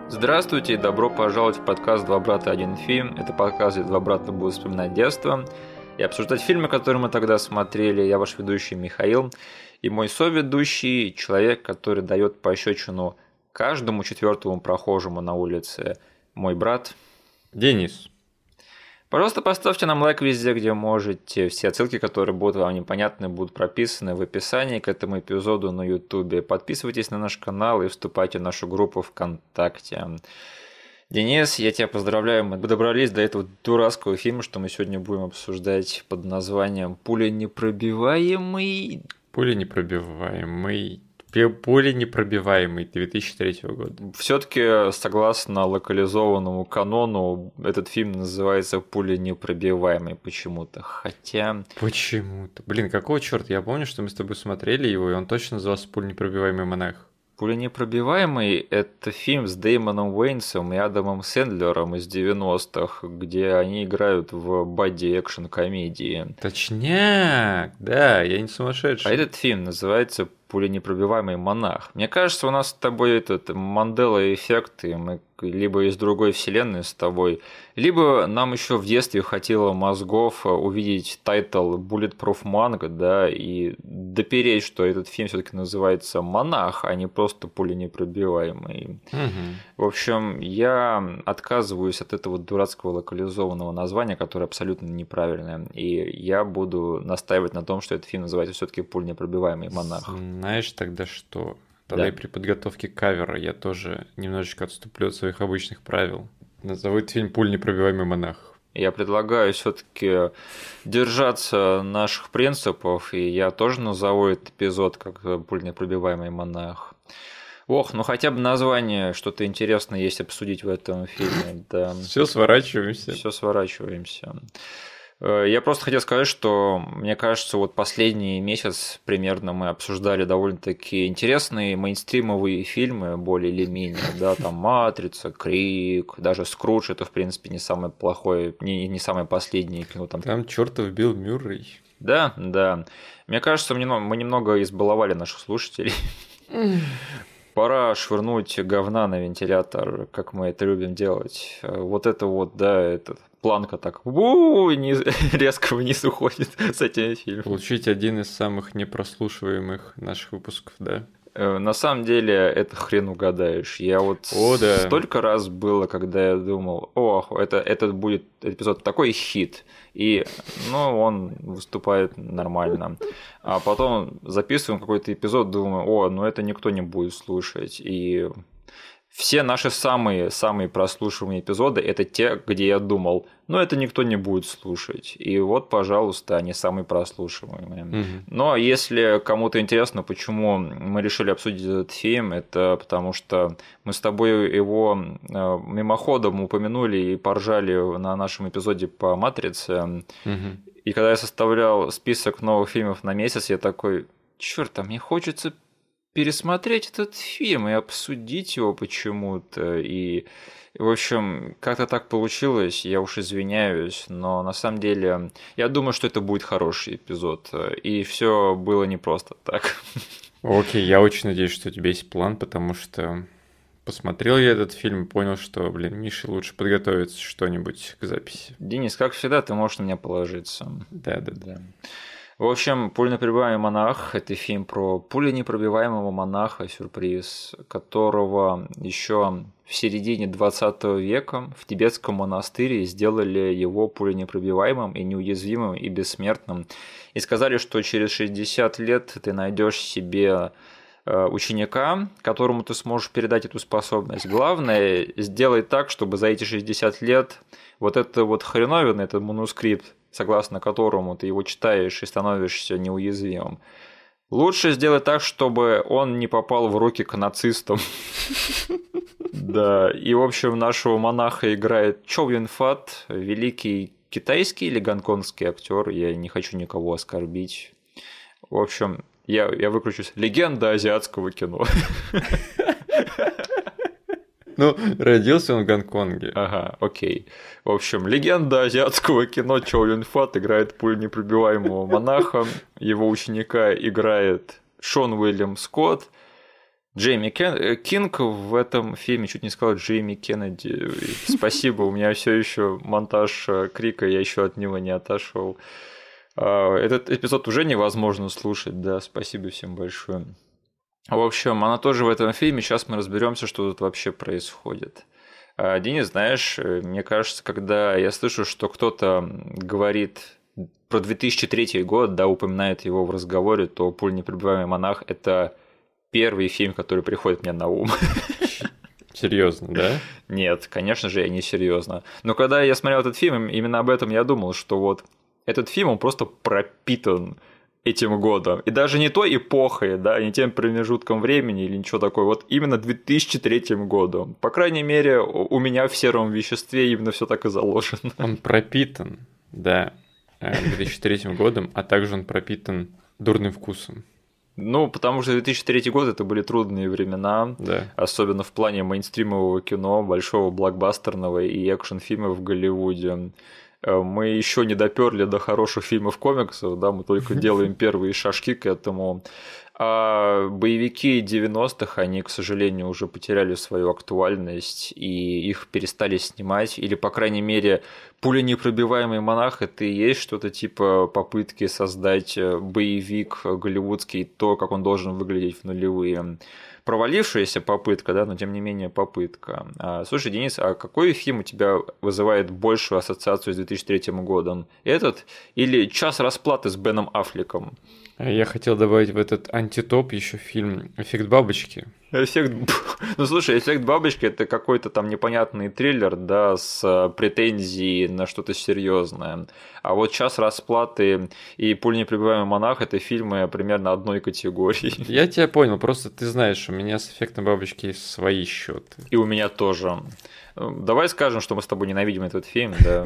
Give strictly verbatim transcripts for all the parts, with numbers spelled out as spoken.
Здравствуйте и добро пожаловать в подкаст «Два брата, один фильм». Это подкаст, где два брата будут вспоминать детство и обсуждать фильмы, которые мы тогда смотрели. Я ваш ведущий Михаил и мой соведущий, человек, который дает пощечину каждому четвертому прохожему на улице, мой брат Денис. Пожалуйста, поставьте нам лайк везде, где можете. Все ссылки, которые будут вам непонятны, будут прописаны в описании к этому эпизоду на YouTube. Подписывайтесь на наш канал и вступайте в нашу группу ВКонтакте. Денис, я тебя поздравляю, мы добрались до этого дурацкого фильма, что мы сегодня будем обсуждать под названием «Пуленепробиваемый». Пуленепробиваемый. Пуленепробиваемый две тысячи третьего года. Все-таки, согласно локализованному канону, этот фильм называется «Пуленепробиваемый» почему-то. Хотя... Почему-то. Блин, какого черта? Я помню, что мы с тобой смотрели его, и он точно назывался «Пуленепробиваемый монах». «Пуленепробиваемый» — это фильм с Дэймоном Уэйнсом и Адамом Сэндлером из девяностых, где они играют в боди-экшн-комедии. Точняк! Да, я не сумасшедший. А этот фильм называется «Пуленепробиваемый монах». Мне кажется, у нас с тобой этот Мандела-эффект, и мы либо из другой вселенной с тобой, либо нам еще в детстве хватило мозгов увидеть тайтл Bulletproof Monk, да, и допереть, что этот фильм все-таки называется «Монах», а не просто «Пуленепробиваемый». Угу. В общем, я отказываюсь от этого дурацкого локализованного названия, которое абсолютно неправильное, и я буду настаивать на том, что этот фильм называется все-таки «Пуленепробиваемый монах». Знаешь тогда что? Тогда Да. и при подготовке кавера я тоже немножечко отступлю от своих обычных правил. Назову этот фильм «Пуленепробиваемый монах». Я предлагаю все-таки держаться наших принципов, и я тоже назову этот эпизод как «Пуленепробиваемый монах». Ох, ну хотя бы название, что-то интересное есть обсудить в этом фильме. Да. Все, сворачиваемся. Все сворачиваемся. Я просто хотел сказать, что, мне кажется, вот последний месяц примерно мы обсуждали довольно-таки интересные мейнстримовые фильмы, более или менее, да, там «Матрица», «Крик», даже «Скрудж» — это, в принципе, не самое плохое, не, не самое последнее кино. Там, там чертов Билл Мюррей. Да, да. Мне кажется, мы немного избаловали наших слушателей. Пора швырнуть говна на вентилятор, как мы это любим делать. Вот это вот, да, этот планка так у-у-у, низ, резко вниз уходит с этим фильмом. Получить один из самых непрослушиваемых наших выпусков, да? На самом деле, это хрен угадаешь. Я вот О, да. столько раз было, когда я думал, ох, это, этот будет эпизод такой хит. И, ну, он выступает нормально. А потом записываем какой-то эпизод, думаю, о, ну это никто не будет слушать. И все наши самые-самые прослушиваемые эпизоды – это те, где я думал, ну это никто не будет слушать. И вот, пожалуйста, они самые прослушиваемые. Угу. Но если кому-то интересно, почему мы решили обсудить этот фильм, это потому что мы с тобой его мимоходом упомянули и поржали на нашем эпизоде по «Матрице». Угу. И когда я составлял список новых фильмов на месяц, я такой, чёрт, а мне хочется пересмотреть этот фильм и обсудить его почему-то. И, в общем, как-то так получилось, я уж извиняюсь, но на самом деле я думаю, что это будет хороший эпизод. И все было не просто так. Окей, я очень надеюсь, что у тебя есть план, потому что посмотрел я этот фильм и понял, что, блин, Мише лучше подготовиться что-нибудь к записи. Денис, как всегда, ты можешь на меня положиться. Да-да-да. В общем, «Пуленепробиваемый монах» – это фильм про пуленепробиваемого монаха, сюрприз, которого еще в середине двадцатого века в тибетском монастыре сделали его пуленепробиваемым и неуязвимым и бессмертным. И сказали, что через шестьдесят лет ты найдешь себе ученика, которому ты сможешь передать эту способность. Главное, сделай так, чтобы за эти шестьдесят лет вот это вот хреновина, этот манускрипт, согласно которому ты его читаешь и становишься неуязвимым, лучше сделать так, чтобы он не попал в руки к нацистам. Да, и, в общем, нашего монаха играет Чоу Юн Фат, великий китайский или гонконгский актер, я не хочу никого оскорбить. В общем, я, я выкручусь. Легенда азиатского кино. Ну, родился он в Гонконге. Ага, окей. В общем, легенда азиатского кино Чоу Юн Фат играет пуленепробиваемого монаха. Его ученика играет Шон Уильям Скотт. Джейми Кен... Кинг в этом фильме, чуть не сказал Джейми Кеннеди. Спасибо, у меня все еще монтаж крика, я еще от него не отошел. Этот эпизод уже невозможно слушать, да, спасибо всем большое. В общем, она тоже в этом фильме, сейчас мы разберемся, что тут вообще происходит. Денис, знаешь, мне кажется, когда я слышу, что кто-то говорит про две тысячи третий год, да, упоминает его в разговоре, то «Пуленепробиваемый монах» — это первый фильм, который приходит мне на ум. Серьезно, да? Нет, конечно же, я не серьезно. Но когда я смотрел этот фильм, именно об этом я думал, что вот этот фильм, он просто пропитан этим годом. И даже не той эпохой, да, не тем промежутком времени или ничего такого, вот именно две тысячи третьим годом. По крайней мере, у меня в сером веществе именно все так и заложено. Он пропитан, да, две тысячи третьим годом, а также он пропитан дурным вкусом. Ну, потому что две тысячи третий год это были трудные времена, да. Особенно в плане мейнстримового кино, большого блокбастерного и экшн-фильма в Голливуде. Мы еще не доперли до хороших фильмов комиксов, да, мы только делаем первые шажки к этому. А боевики девяностых, они, к сожалению, уже потеряли свою актуальность, и их перестали снимать, или, по крайней мере, «Пуленепробиваемый монах» — это и есть что-то типа попытки создать боевик голливудский, то, как он должен выглядеть в нулевые. Провалившаяся попытка, да, но тем не менее попытка. Слушай, Денис, а какой фильм у тебя вызывает большую ассоциацию с две тысячи третьим годом? Этот или «Час расплаты» с Беном Аффлеком? Я хотел добавить в этот антитоп еще фильм «Эффект бабочки». Эффект... Ну, слушай, «Эффект бабочки» — это какой-то там непонятный триллер, да, с претензией на что-то серьезное. А вот «Час расплаты» и «Пуленепробиваемый монах» — это фильмы примерно одной категории. Я тебя понял, просто ты знаешь, у меня с «Эффектом бабочки» есть свои счеты. И у меня тоже. Давай скажем, что мы с тобой ненавидим этот фильм, да.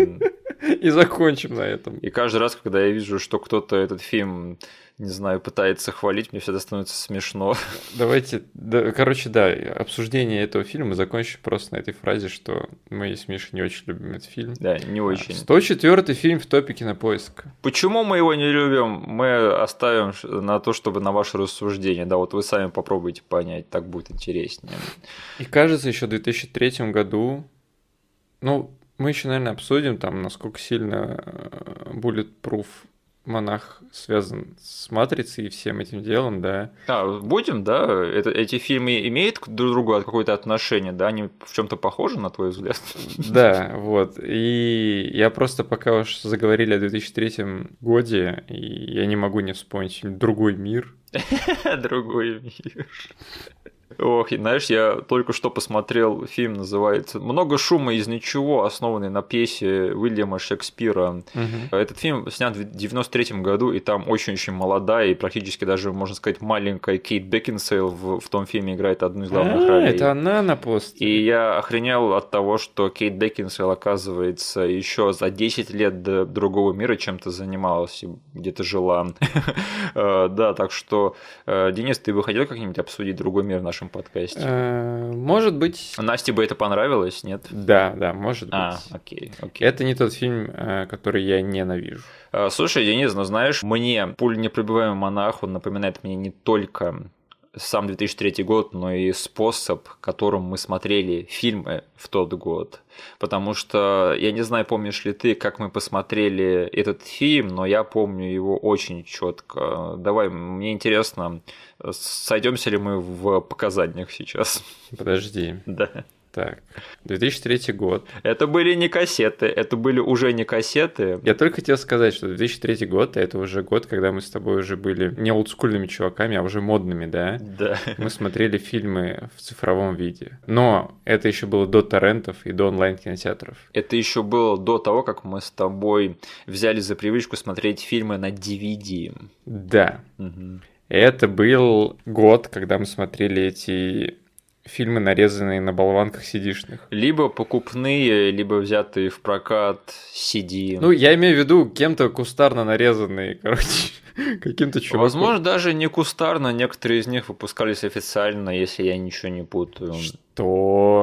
И закончим на этом. И каждый раз, когда я вижу, что кто-то этот фильм, не знаю, пытается хвалить, мне всегда становится смешно. Давайте, да, короче, да, обсуждение этого фильма закончим просто на этой фразе, что мы с Мишей не очень любим этот фильм. Да, не очень. сто четвёртый фильм в топе Кинопоиска. Почему мы его не любим, мы оставим на то, чтобы на ваше рассуждение. Да, вот вы сами попробуйте понять, так будет интереснее. И кажется, еще в две тысячи третьем году, ну, мы еще, наверное, обсудим там, насколько сильно Bulletproof монах связан с «Матрицей» и всем этим делом, да. А, будем, да? Это, эти фильмы имеют друг к другу какое-то отношение, да? Они в чем-то похожи, на твой взгляд? Да, вот. И я просто, пока уж заговорили о две тысячи третьем годе, и я не могу не вспомнить фильм «Другой мир». Другой мир. Ох, и знаешь, я только что посмотрел фильм, называется «Много шума из ничего», основанный на пьесе Уильяма Шекспира. Угу. Этот фильм снят в девяносто третьем году, и там очень-очень молодая и практически даже, можно сказать, маленькая Кейт Бекинсейл в, в том фильме играет одну из главных а, ролей. Это она на постере. И я охренел от того, что Кейт Бекинсейл, оказывается, еще за десять лет до «Другого мира» чем-то занималась и где-то жила. Да, так что, Денис, ты бы хотел как-нибудь обсудить «Другой мир» в нашем подкасте? Может быть. Насте бы это понравилось, нет? Да, да, может быть. А, окей, окей. Это не тот фильм, который я ненавижу. Слушай, Денис, ну знаешь, мне «Пуленепробиваемый монах», он напоминает мне не только сам две тысячи третий год, но и способ, которым мы смотрели фильмы в тот год. Потому что, я не знаю, помнишь ли ты, как мы посмотрели этот фильм, но я помню его очень четко. Давай, мне интересно, сойдемся ли мы в показаниях сейчас? Подожди. Да. Так, две тысячи третий год. Это были не кассеты, это были уже не кассеты. Я только хотел сказать, что две тысячи третий год, это уже год, когда мы с тобой уже были не олдскульными чуваками, а уже модными, да? Да. Мы смотрели фильмы в цифровом виде. Но это еще было до торрентов и до онлайн-кинотеатров. Это еще было до того, как мы с тобой взяли за привычку смотреть фильмы на ди ви ди. Да. Угу. Это был год, когда мы смотрели эти... фильмы, нарезанные на болванках сидишных. Либо покупные, либо взятые в прокат си ди. Ну, я имею в виду кем-то кустарно нарезанные, короче, каким-то чуваком. Возможно, даже не кустарно, некоторые из них выпускались официально, если я ничего не путаю. Что?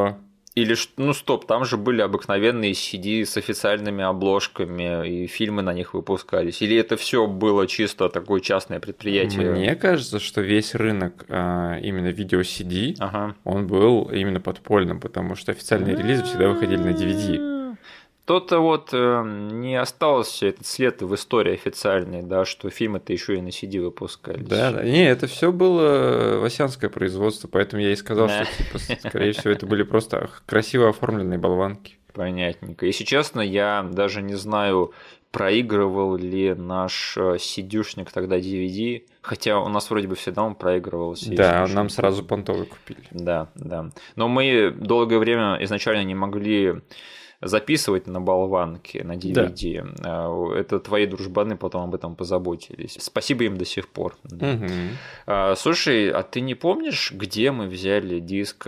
Или, ну стоп, там же были обыкновенные си ди с официальными обложками, и фильмы на них выпускались. Или это все было чисто такое частное предприятие? Мне кажется, что весь рынок а, именно видео-си ди, ага. он был именно подпольным, потому что официальные релизы всегда выходили на ди ви ди. То-то вот э, не остался этот след в истории официальной, да, что фильмы-то еще и на си ди выпускались. Да, да. Не, это все было васянское производство, поэтому я и сказал, да. что, типа, скорее всего, это были просто красиво оформленные болванки. Понятненько. Если честно, я даже не знаю, проигрывал ли наш сидюшник тогда ди ви ди, хотя у нас вроде бы всегда он проигрывался. Да, нам сразу понтовый купили. Да, да. Но мы долгое время изначально не могли записывать на болванке, на ди ви ди. Да. Это твои дружбаны потом об этом позаботились. Спасибо им до сих пор. Угу. А, слушай, а ты не помнишь, где мы взяли диск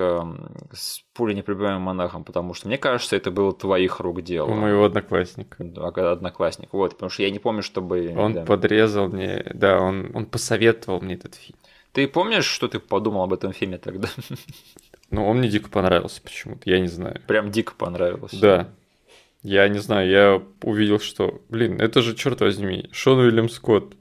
с пуленепробиваемым монахом? Потому что мне кажется, это было твоих рук дело. У моего одноклассника. Одноклассник. Вот, потому что я не помню, чтобы... Он да. подрезал мне, да, он, он посоветовал мне этот фильм. Ты помнишь, что ты подумал об этом фильме тогда? Ну, он мне дико понравился почему-то, я не знаю. Прям дико понравился. Да. Я не знаю, я увидел, что, блин, это же, черт возьми, Шон Уильям Скотт.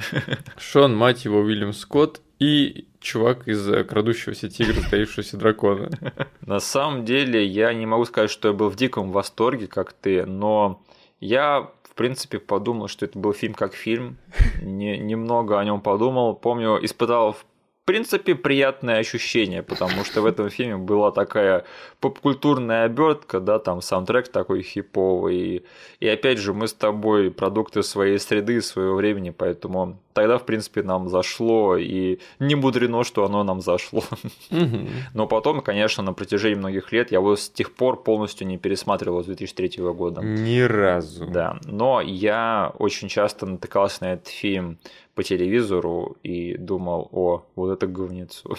Шон, мать его, Уильям Скотт и чувак из «Крадущегося тигра, затаившегося дракона». На самом деле, я не могу сказать, что я был в диком восторге, как ты, но я... В принципе, подумал, что это был фильм как фильм. Не, немного о нем подумал. Помню, испытал в принципе приятное ощущение, потому что в этом фильме была такая попкультурная обертка, да, там саундтрек такой хиповый. И, и опять же, мы с тобой продукты своей среды, своего времени, поэтому тогда, в принципе, нам зашло, и не мудрено, что оно нам зашло. Угу. Но потом, конечно, на протяжении многих лет я его с тех пор полностью не пересматривал с две тысячи третьего года. Ни разу. Да, но я очень часто натыкался на этот фильм по телевизору и думал, о, вот это говнецо.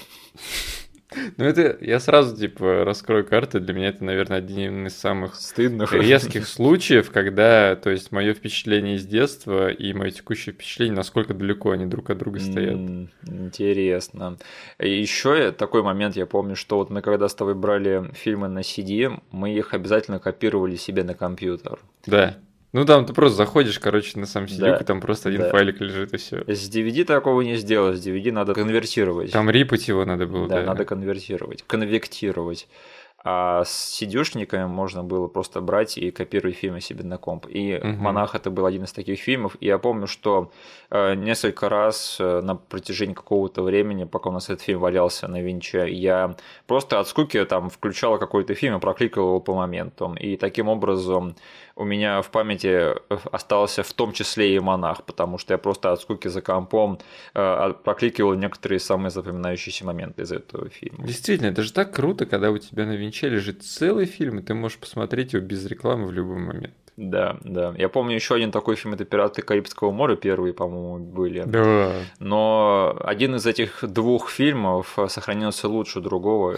Ну, это я сразу, типа, раскрою карты. Для меня это, наверное, один из самых стыдных, резких случаев, когда, то есть, мое впечатление из детства и мое текущее впечатление, насколько далеко они друг от друга стоят. Интересно. Еще такой момент, я помню, что вот мы когда с тобой брали фильмы на си ди, мы их обязательно копировали себе на компьютер. Да. Ну, там ты просто заходишь, короче, на сам сидюк, да, и там просто один да. файлик лежит, и все. С ди ви ди такого не сделать, с ди ви ди надо конвертировать. Там рипать его надо было, да. Да, надо конвертировать, конвектировать. А с сидюшниками можно было просто брать и копировать фильмы себе на комп. И угу. «Монах» — это был один из таких фильмов. И я помню, что несколько раз на протяжении какого-то времени, пока у нас этот фильм валялся на винче, я просто от скуки там включал какой-то фильм и прокликал его по моменту. И таким образом у меня в памяти остался в том числе и «Монах», потому что я просто от скуки за компом прокликивал некоторые самые запоминающиеся моменты из этого фильма. Действительно, это же так круто, когда у тебя на винче лежит целый фильм, и ты можешь посмотреть его без рекламы в любой момент. Да, да. Я помню еще один такой фильм, это «Пираты Карибского моря», первые, по-моему, были. Да. Но один из этих двух фильмов сохранился лучше другого.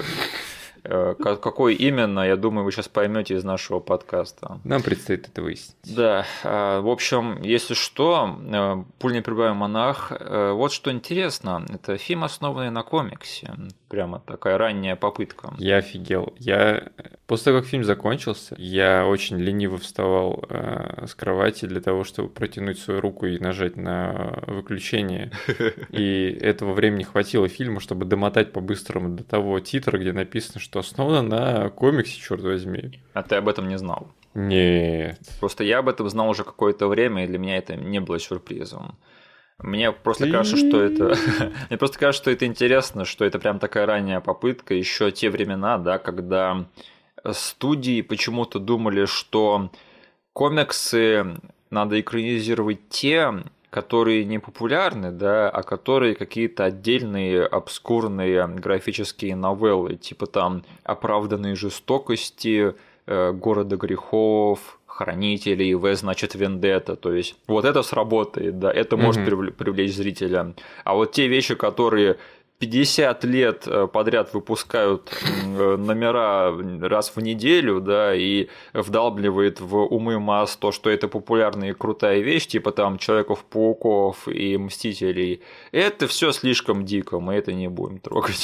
Какой именно, я думаю, вы сейчас поймете из нашего подкаста. Нам предстоит это выяснить. Да, в общем, если что, «Пуленепробиваемый монах», вот что интересно, это фильм, основанный на комиксе, прямо такая ранняя попытка. Я офигел. Я после того, как фильм закончился, я очень лениво вставал э, с кровати для того, чтобы протянуть свою руку и нажать на выключение. И этого времени хватило фильма, чтобы домотать по-быстрому до того титра, где написано, что основано на комиксе, черт возьми. А ты об этом не знал? Нет. Просто я об этом знал уже какое-то время, и для меня это не было сюрпризом. Мне просто кажется, что это. Мне просто кажется, что это интересно, что это прям такая ранняя попытка. Еще те времена, да, когда студии почему-то думали, что комиксы надо экранизировать те, которые не популярны, да, а которые какие-то отдельные обскурные графические новеллы, типа там «Оправданные жестокости», «Города грехов», «Хранителей», «В, значит, Вендетта», то есть вот это сработает, да, это mm-hmm. может привлечь зрителя. А вот те вещи, которые пятьдесят лет подряд выпускают номера раз в неделю, да, и вдалбливает в умы масс то, что это популярная и крутая вещь, типа там Человеков-пауков и Мстителей, это все слишком дико, мы это не будем трогать.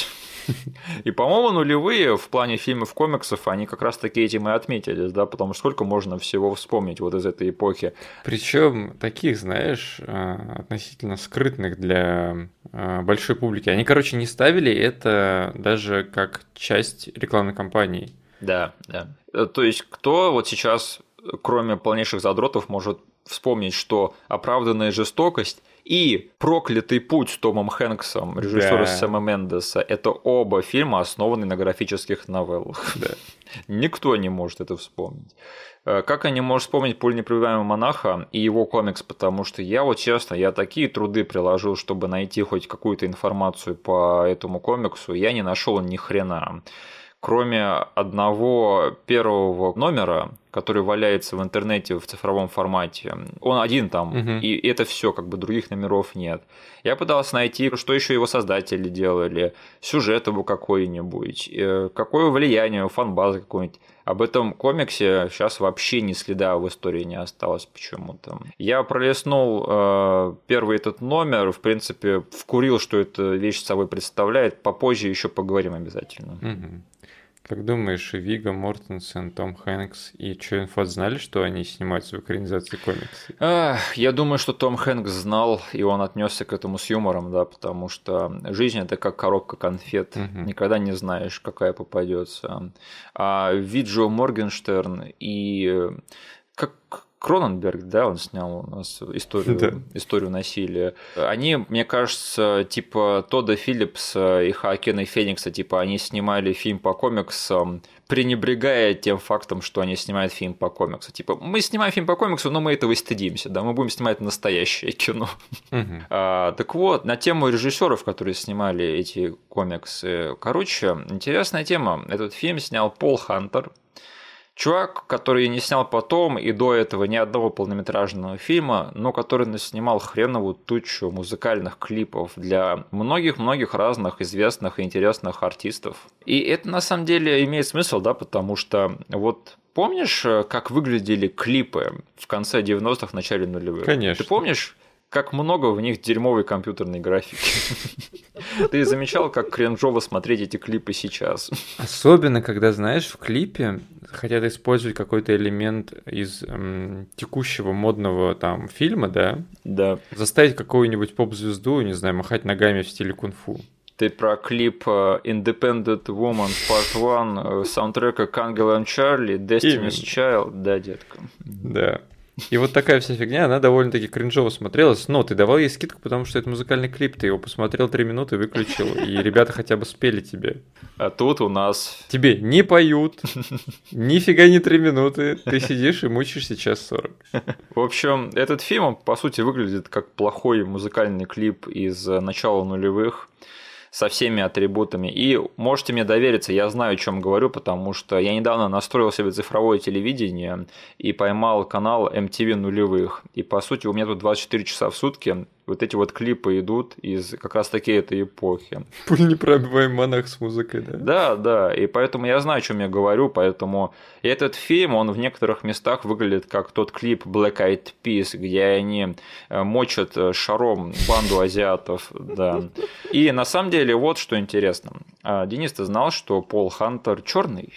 И, по-моему, нулевые в плане фильмов, комиксов, они как раз таки этим и отметились, да, потому что сколько можно всего вспомнить вот из этой эпохи. Причем таких, знаешь, относительно скрытных для большой публики. Они, короче, не ставили это даже как часть рекламной кампании. Да, да. То есть кто вот сейчас, кроме полнейших задротов, может вспомнить, что «Оправданная жестокость» и «Проклятый путь» с Томом Хэнксом, режиссера да. Сэма Мендеса, это оба фильма, основанные на графических новеллах. Да. Никто не может это вспомнить. Как они могут вспомнить «Пуленепробиваемого монаха» и его комикс, потому что я вот честно, я такие труды приложил, чтобы найти хоть какую-то информацию по этому комиксу, я не нашел ни хрена. Кроме одного первого номера, который валяется в интернете в цифровом формате, он один там, угу. и это все, как бы других номеров нет. Я пытался найти, что еще его создатели делали, сюжет его какой-нибудь, какое влияние у фан-базы какой-нибудь. Об этом комиксе сейчас вообще ни следа в истории не осталось почему-то. Я пролистнул э, первый этот номер, в принципе, вкурил, что эта вещь собой представляет. Попозже еще поговорим обязательно. Угу. Как думаешь, Вигго Мортенсен, Том Хэнкс и Чоин Фат знали, что они снимаются в экранизации комикса? А, я думаю, что Том Хэнкс знал, и он отнесся к этому с юмором, да, потому что жизнь – это как коробка конфет, угу. никогда не знаешь, какая попадется. А Виджо Моргенштерн и как Кроненберг, да, он снял у нас историю, да. историю насилия. Они, мне кажется, типа Тодда Филлипса и Хоакина Феникса, типа они снимали фильм по комиксам, пренебрегая тем фактом, что они снимают фильм по комиксу. Типа, мы снимаем фильм по комиксу, но мы этого стыдимся, да, мы будем снимать настоящее кино. Угу. А, так вот, на тему режиссеров, которые снимали эти комиксы. Короче, интересная тема. Этот фильм снял Пол Хантер. Чувак, который не снял потом и до этого ни одного полнометражного фильма, но который наснимал хреновую тучу музыкальных клипов для многих-многих разных известных и интересных артистов. И это на самом деле имеет смысл, да, потому что вот помнишь, как выглядели клипы в конце девяностых, начале нулевых? Конечно. Ты помнишь, как много в них дерьмовой компьютерной графики? Ты замечал, как кринжово смотреть эти клипы сейчас? Особенно, когда, знаешь, в клипе хотят использовать какой-то элемент из эм, текущего модного там фильма, да? Да. Заставить какую-нибудь поп-звезду, не знаю, махать ногами в стиле кунг-фу. Ты про клип Independent Woman Part один саундтрека к Ангелам Чарли, Destiny's Child, да, детка? Да. И вот такая вся фигня, она довольно-таки кринжово смотрелась, но ты давал ей скидку, потому что это музыкальный клип, ты его посмотрел три минуты, выключил, и ребята хотя бы спели тебе. А тут у нас... Тебе не поют, нифига не три минуты, ты сидишь и мучаешься час сорок. В общем, этот фильм, он, по сути, выглядит как плохой музыкальный клип из начала нулевых, со всеми атрибутами. И можете мне довериться, я знаю, о чем говорю, потому что я недавно настроил себе цифровое телевидение и поймал канал эм ти ви нулевых. И по сути у меня тут двадцать четыре часа в сутки вот эти вот клипы идут из как раз таки этой эпохи. Пуленепробиваемый монах с музыкой, да? Да, да, и поэтому я знаю, о чем я говорю, поэтому и этот фильм, он в некоторых местах выглядит как тот клип Black Eyed Peas, где они мочат шаром банду азиатов, да. И на самом деле вот что интересно. Денис, ты знал, что Пол Хантер черный?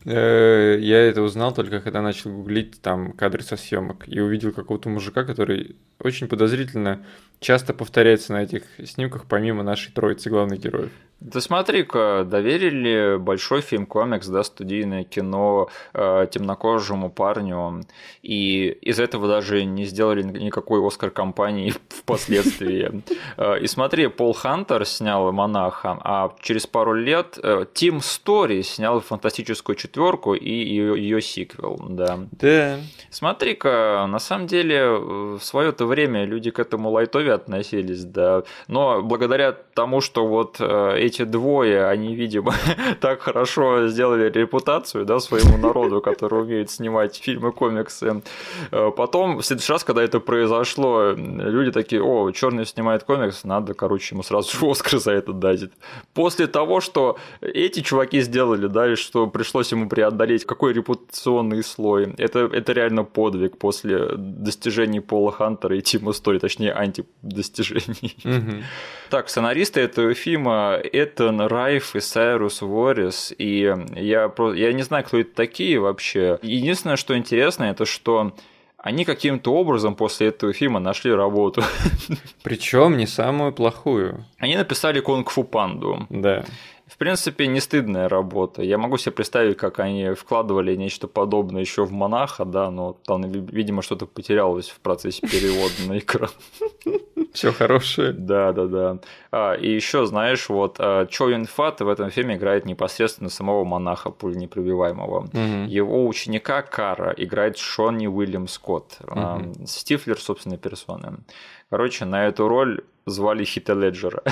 Я это узнал только когда начал гуглить там кадры со съемок и увидел какого-то мужика, который очень подозрительно часто повторяется на этих снимках, помимо нашей троицы главных героев. Да смотри-ка, доверили большой фильм-комикс, да, студийное кино э, темнокожему парню, и из этого даже не сделали никакой Оскар-кампании впоследствии. И смотри, Пол Хантер снял «Монаха», а через пару лет Тим Стори снял «Фантастическую четверку» и ее, ее сиквел, да. Да. Смотри-ка, на самом деле в свое-то время люди к этому лайтове относились, да, но благодаря тому, что вот эти эти двое, они, видимо, так хорошо сделали репутацию, да, своему народу, который умеет снимать фильмы, комиксы. Потом, в следующий раз, когда это произошло, люди такие: о, черный снимает комикс, надо, короче, ему сразу же Оскар за это дать. После того, что эти чуваки сделали, да, и что пришлось ему преодолеть, какой репутационный слой, это, это реально подвиг после достижений Пола Хантера и Тима Стори, точнее, анти достижений. Мгм. Так, сценаристы этого фильма Этан Райф и Сайрус Уоррис, и я, про- я не знаю, кто это такие вообще. Единственное, что интересно, это что они каким-то образом после этого фильма нашли работу. Причем не самую плохую. Они написали «Кунг-фу панду». Да. В принципе, не стыдная работа. Я могу себе представить, как они вкладывали нечто подобное еще в «Монаха», да, но там, ви- видимо, что-то потерялось в процессе перевода на экран. Все хорошее. Да, да, да. А, и еще, знаешь, вот а, Чо Юн Фат в этом фильме играет непосредственно самого монаха пуленепробиваемого. Мгм. Его ученика Кара играет Шонни Уильям Скотт, а, Мгм. Стифлер, собственно, персоны. Короче, на эту роль звали Хита Леджера.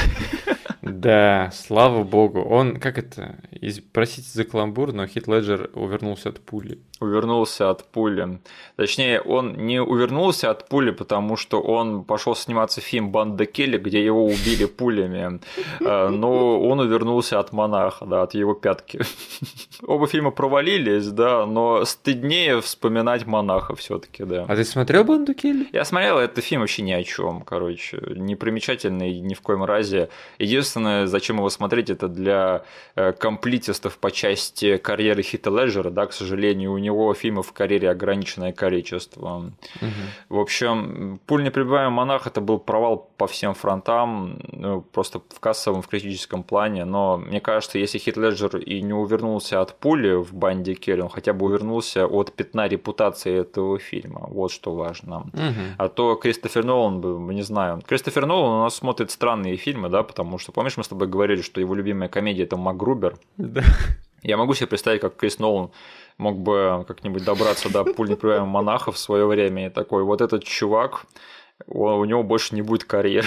Да, слава богу. Он, как это, из- простите за каламбур, но Хит Леджер увернулся от пули. Увернулся от пули. Точнее, он не увернулся от пули, потому что он пошел сниматься в фильм «Банда Келли», где его убили пулями, э, но он увернулся от монаха, да, от его пятки. Оба фильма провалились, да, но стыднее вспоминать монаха все-таки, да. А ты смотрел «Банду Келли»? Я смотрел, этот фильм вообще ни о чем, короче, непримечательный ни в коем разе. Единственное, зачем его смотреть, это для э, комплитистов по части карьеры Хита Леджера, да, к сожалению, у него фильмов в карьере ограниченное количество. Мгм. В общем, «Пуленепробиваемый монах» это был провал по всем фронтам, ну, просто в кассовом, в критическом плане, но мне кажется, если Хит Леджер и не увернулся от пули в «Банде Келли», он хотя бы увернулся от пятна репутации этого фильма, вот что важно. Мгм. А то Кристофер Нолан бы, не знаю. Кристофер Нолан у нас смотрит странные фильмы, да, потому что, помнишь, мы с тобой говорили, что его любимая комедия – это «МакГрубер». Да. Я могу себе представить, как Крис Нолан мог бы как-нибудь добраться до пуленепробиваемого монаха в свое время и такой, вот этот чувак, у у него больше не будет карьеры.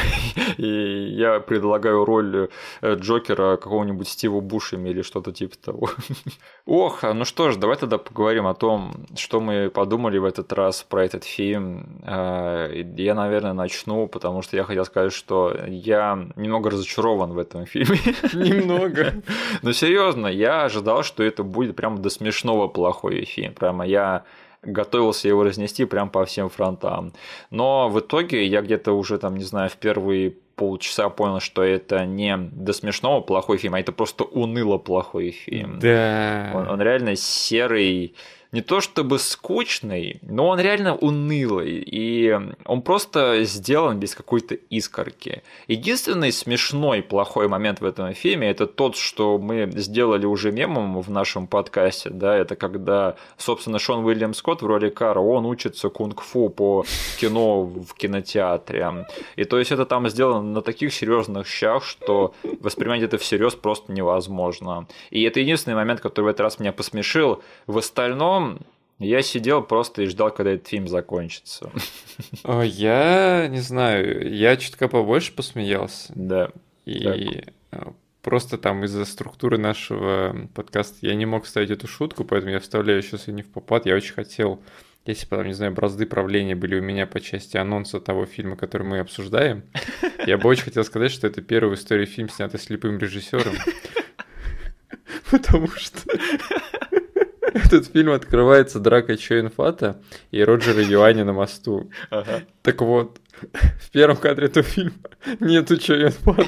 И я предлагаю роль э, Джокера какого-нибудь Стива Бушеми или что-то типа того. Ох, ну что ж, давай тогда поговорим о том, что мы подумали в этот раз про этот фильм. Э, Я, наверное, начну, потому что я хотел сказать, что я немного разочарован в этом фильме. Немного. Но серьезно, я ожидал, что это будет прям до смешного плохой фильм. Прямо я готовился его разнести прям по всем фронтам. Но в итоге я где-то уже там, не знаю, в первые полчаса понял, что это не до смешного плохой фильм, а это просто уныло плохой фильм. Он, Да. он реально серый, не то чтобы скучный, но он реально унылый, и он просто сделан без какой-то искорки. Единственный смешной плохой момент в этом фильме – это тот, что мы сделали уже мемом в нашем подкасте, да, это когда, собственно, Шон Уильям Скотт в роли Кара, он учится кунг-фу по кино в кинотеатре. И то есть это там сделано на таких серьезных щах, что воспринимать это всерьез просто невозможно. И это единственный момент, который в этот раз меня посмешил. В остальном я сидел просто и ждал, когда этот фильм закончится. О, я не знаю, я чутка побольше посмеялся. Да. И э, просто там из-за структуры нашего подкаста я не мог вставить эту шутку, поэтому я вставляю сейчас ее не в попад. Я очень хотел, если бы, там, не знаю, бразды правления были у меня по части анонса того фильма, который мы обсуждаем, я бы очень хотел сказать, что это первый в истории фильм, снятый слепым режиссером. Потому что этот фильм открывается дракой Чо Юн Фата и Роджера Юаня на мосту. Ага. Так вот, в первом кадре этого фильма нету Чо Юн Фата.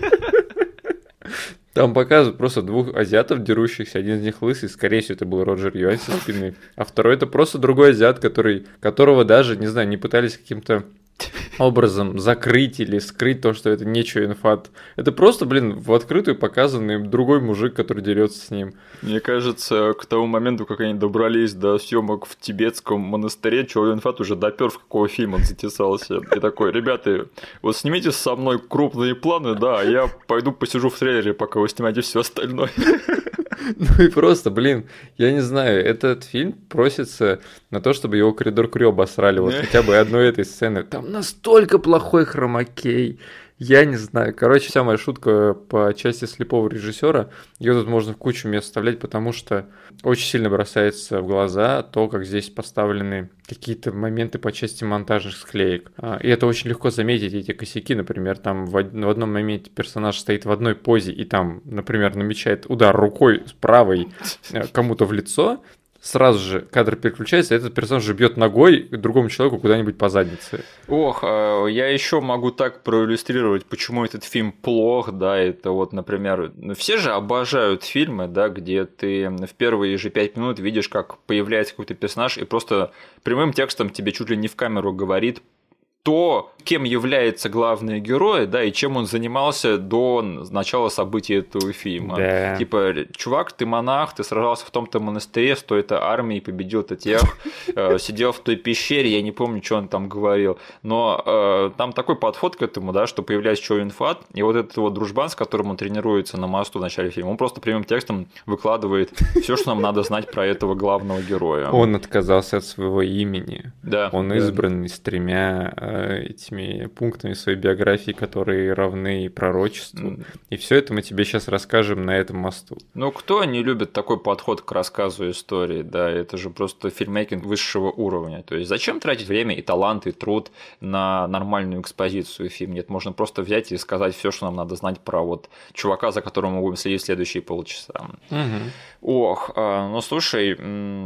Там показывают просто двух азиатов дерущихся, один из них лысый, скорее всего, это был Роджер Юань со спины, а второй это просто другой азиат, который, которого даже, не знаю, не пытались каким-то образом закрыть или скрыть то, что это не Чо Юн Фат. Это просто, блин, в открытую показанный другой мужик, который дерется с ним. Мне кажется, к тому моменту, как они добрались до съемок в тибетском монастыре, Чо Юн Фат уже допер, в какого фильма он затесался. И такой, ребята, вот снимите со мной крупные планы, да, а я пойду посижу в трейлере, пока вы снимаете все остальное. Ну и просто, блин, я не знаю, этот фильм просится на то, чтобы его коридор Крю обосрали, вот хотя бы одной этой сцены. Там настолько плохой хромакей. Я не знаю. Короче, вся моя шутка по части слепого режиссера, ее тут можно в кучу мест вставлять, потому что очень сильно бросается в глаза то, как здесь поставлены какие-то моменты по части монтажных склеек. А, И это очень легко заметить, эти косяки. Например, там в, од- в одном моменте персонаж стоит в одной позе и там, например, намечает удар рукой с правой э, кому-то в лицо, сразу же кадр переключается, и этот персонаж же бьет ногой другому человеку куда-нибудь по заднице. Ох, я еще могу так проиллюстрировать, почему этот фильм плох, да, это вот, например, все же обожают фильмы, да, где ты в первые же пять минут видишь, как появляется какой-то персонаж и просто прямым текстом тебе чуть ли не в камеру говорит то, кем является главный герой, да, и чем он занимался до начала событий этого фильма. Да. Типа, чувак, ты монах, ты сражался в том-то монастыре с той-то армией, победил-то тех, э, сидел в той пещере, я не помню, что он там говорил, но э, там такой подход к этому, да, что появляется Чоуин Фат, и вот этот вот дружбан, с которым он тренируется на мосту в начале фильма, он просто прямым текстом выкладывает все, что нам надо знать про этого главного героя. Он отказался от своего имени. Да. Он да. избранный с тремя этими пунктами своей биографии, которые равны пророчеству. Mm. И все это мы тебе сейчас расскажем на этом мосту. Ну, кто не любит такой подход к рассказу истории, да, это же просто фильммейкинг высшего уровня. То есть зачем тратить время и талант, и труд на нормальную экспозицию фильма? Нет, можно просто взять и сказать все, что нам надо знать про вот чувака, за которым мы будем следить следующие полчаса. Mm-hmm. Ох, ну слушай,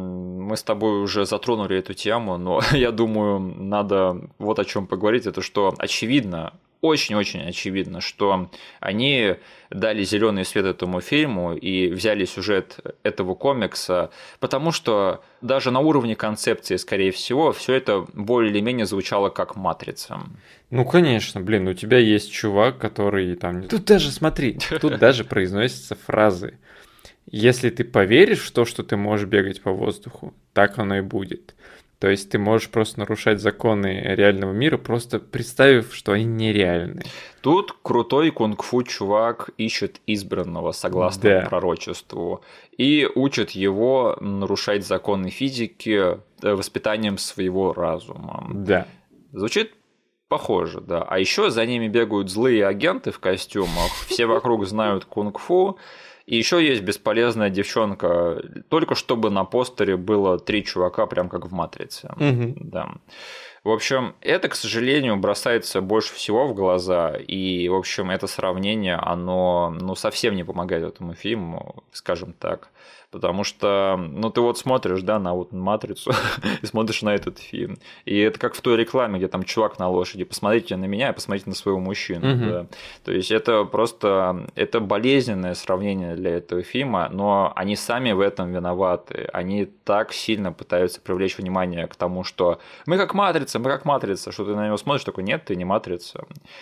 мы с тобой уже затронули эту тему, но я думаю, надо вот о чем поговорить, это что очевидно, очень-очень очевидно, что они дали зеленый свет этому фильму и взяли сюжет этого комикса, потому что даже на уровне концепции, скорее всего, все это более или менее звучало как «Матрица». Ну, конечно, блин, у тебя есть чувак, который там... Тут даже, смотри, тут даже произносятся фразы. Если ты поверишь в то, что ты можешь бегать по воздуху, так оно и будет. То есть ты можешь просто нарушать законы реального мира, просто представив, что они нереальны. Тут крутой кунг-фу чувак ищет избранного согласно да. пророчеству и учит его нарушать законы физики воспитанием своего разума. Да. Звучит похоже, да. А еще за ними бегают злые агенты в костюмах, все вокруг знают кунг-фу. И еще есть бесполезная девчонка, только чтобы на постере было три чувака, прям как в «Матрице». Угу. Да. В общем, это, к сожалению, бросается больше всего в глаза, и, в общем, это сравнение, оно ну, совсем не помогает этому фильму, скажем так. Потому что, ну, ты вот смотришь, да, на вот «Матрицу» и смотришь на этот фильм. И это как в той рекламе, где там чувак на лошади. Посмотрите на меня и посмотрите на своего мужчину. Угу. Да. То есть это просто это болезненное сравнение для этого фильма, но они сами в этом виноваты. Они так сильно пытаются привлечь внимание к тому, что мы как «Матрица», мы как «Матрица», что ты на него смотришь, такой, нет, ты не «Матрица».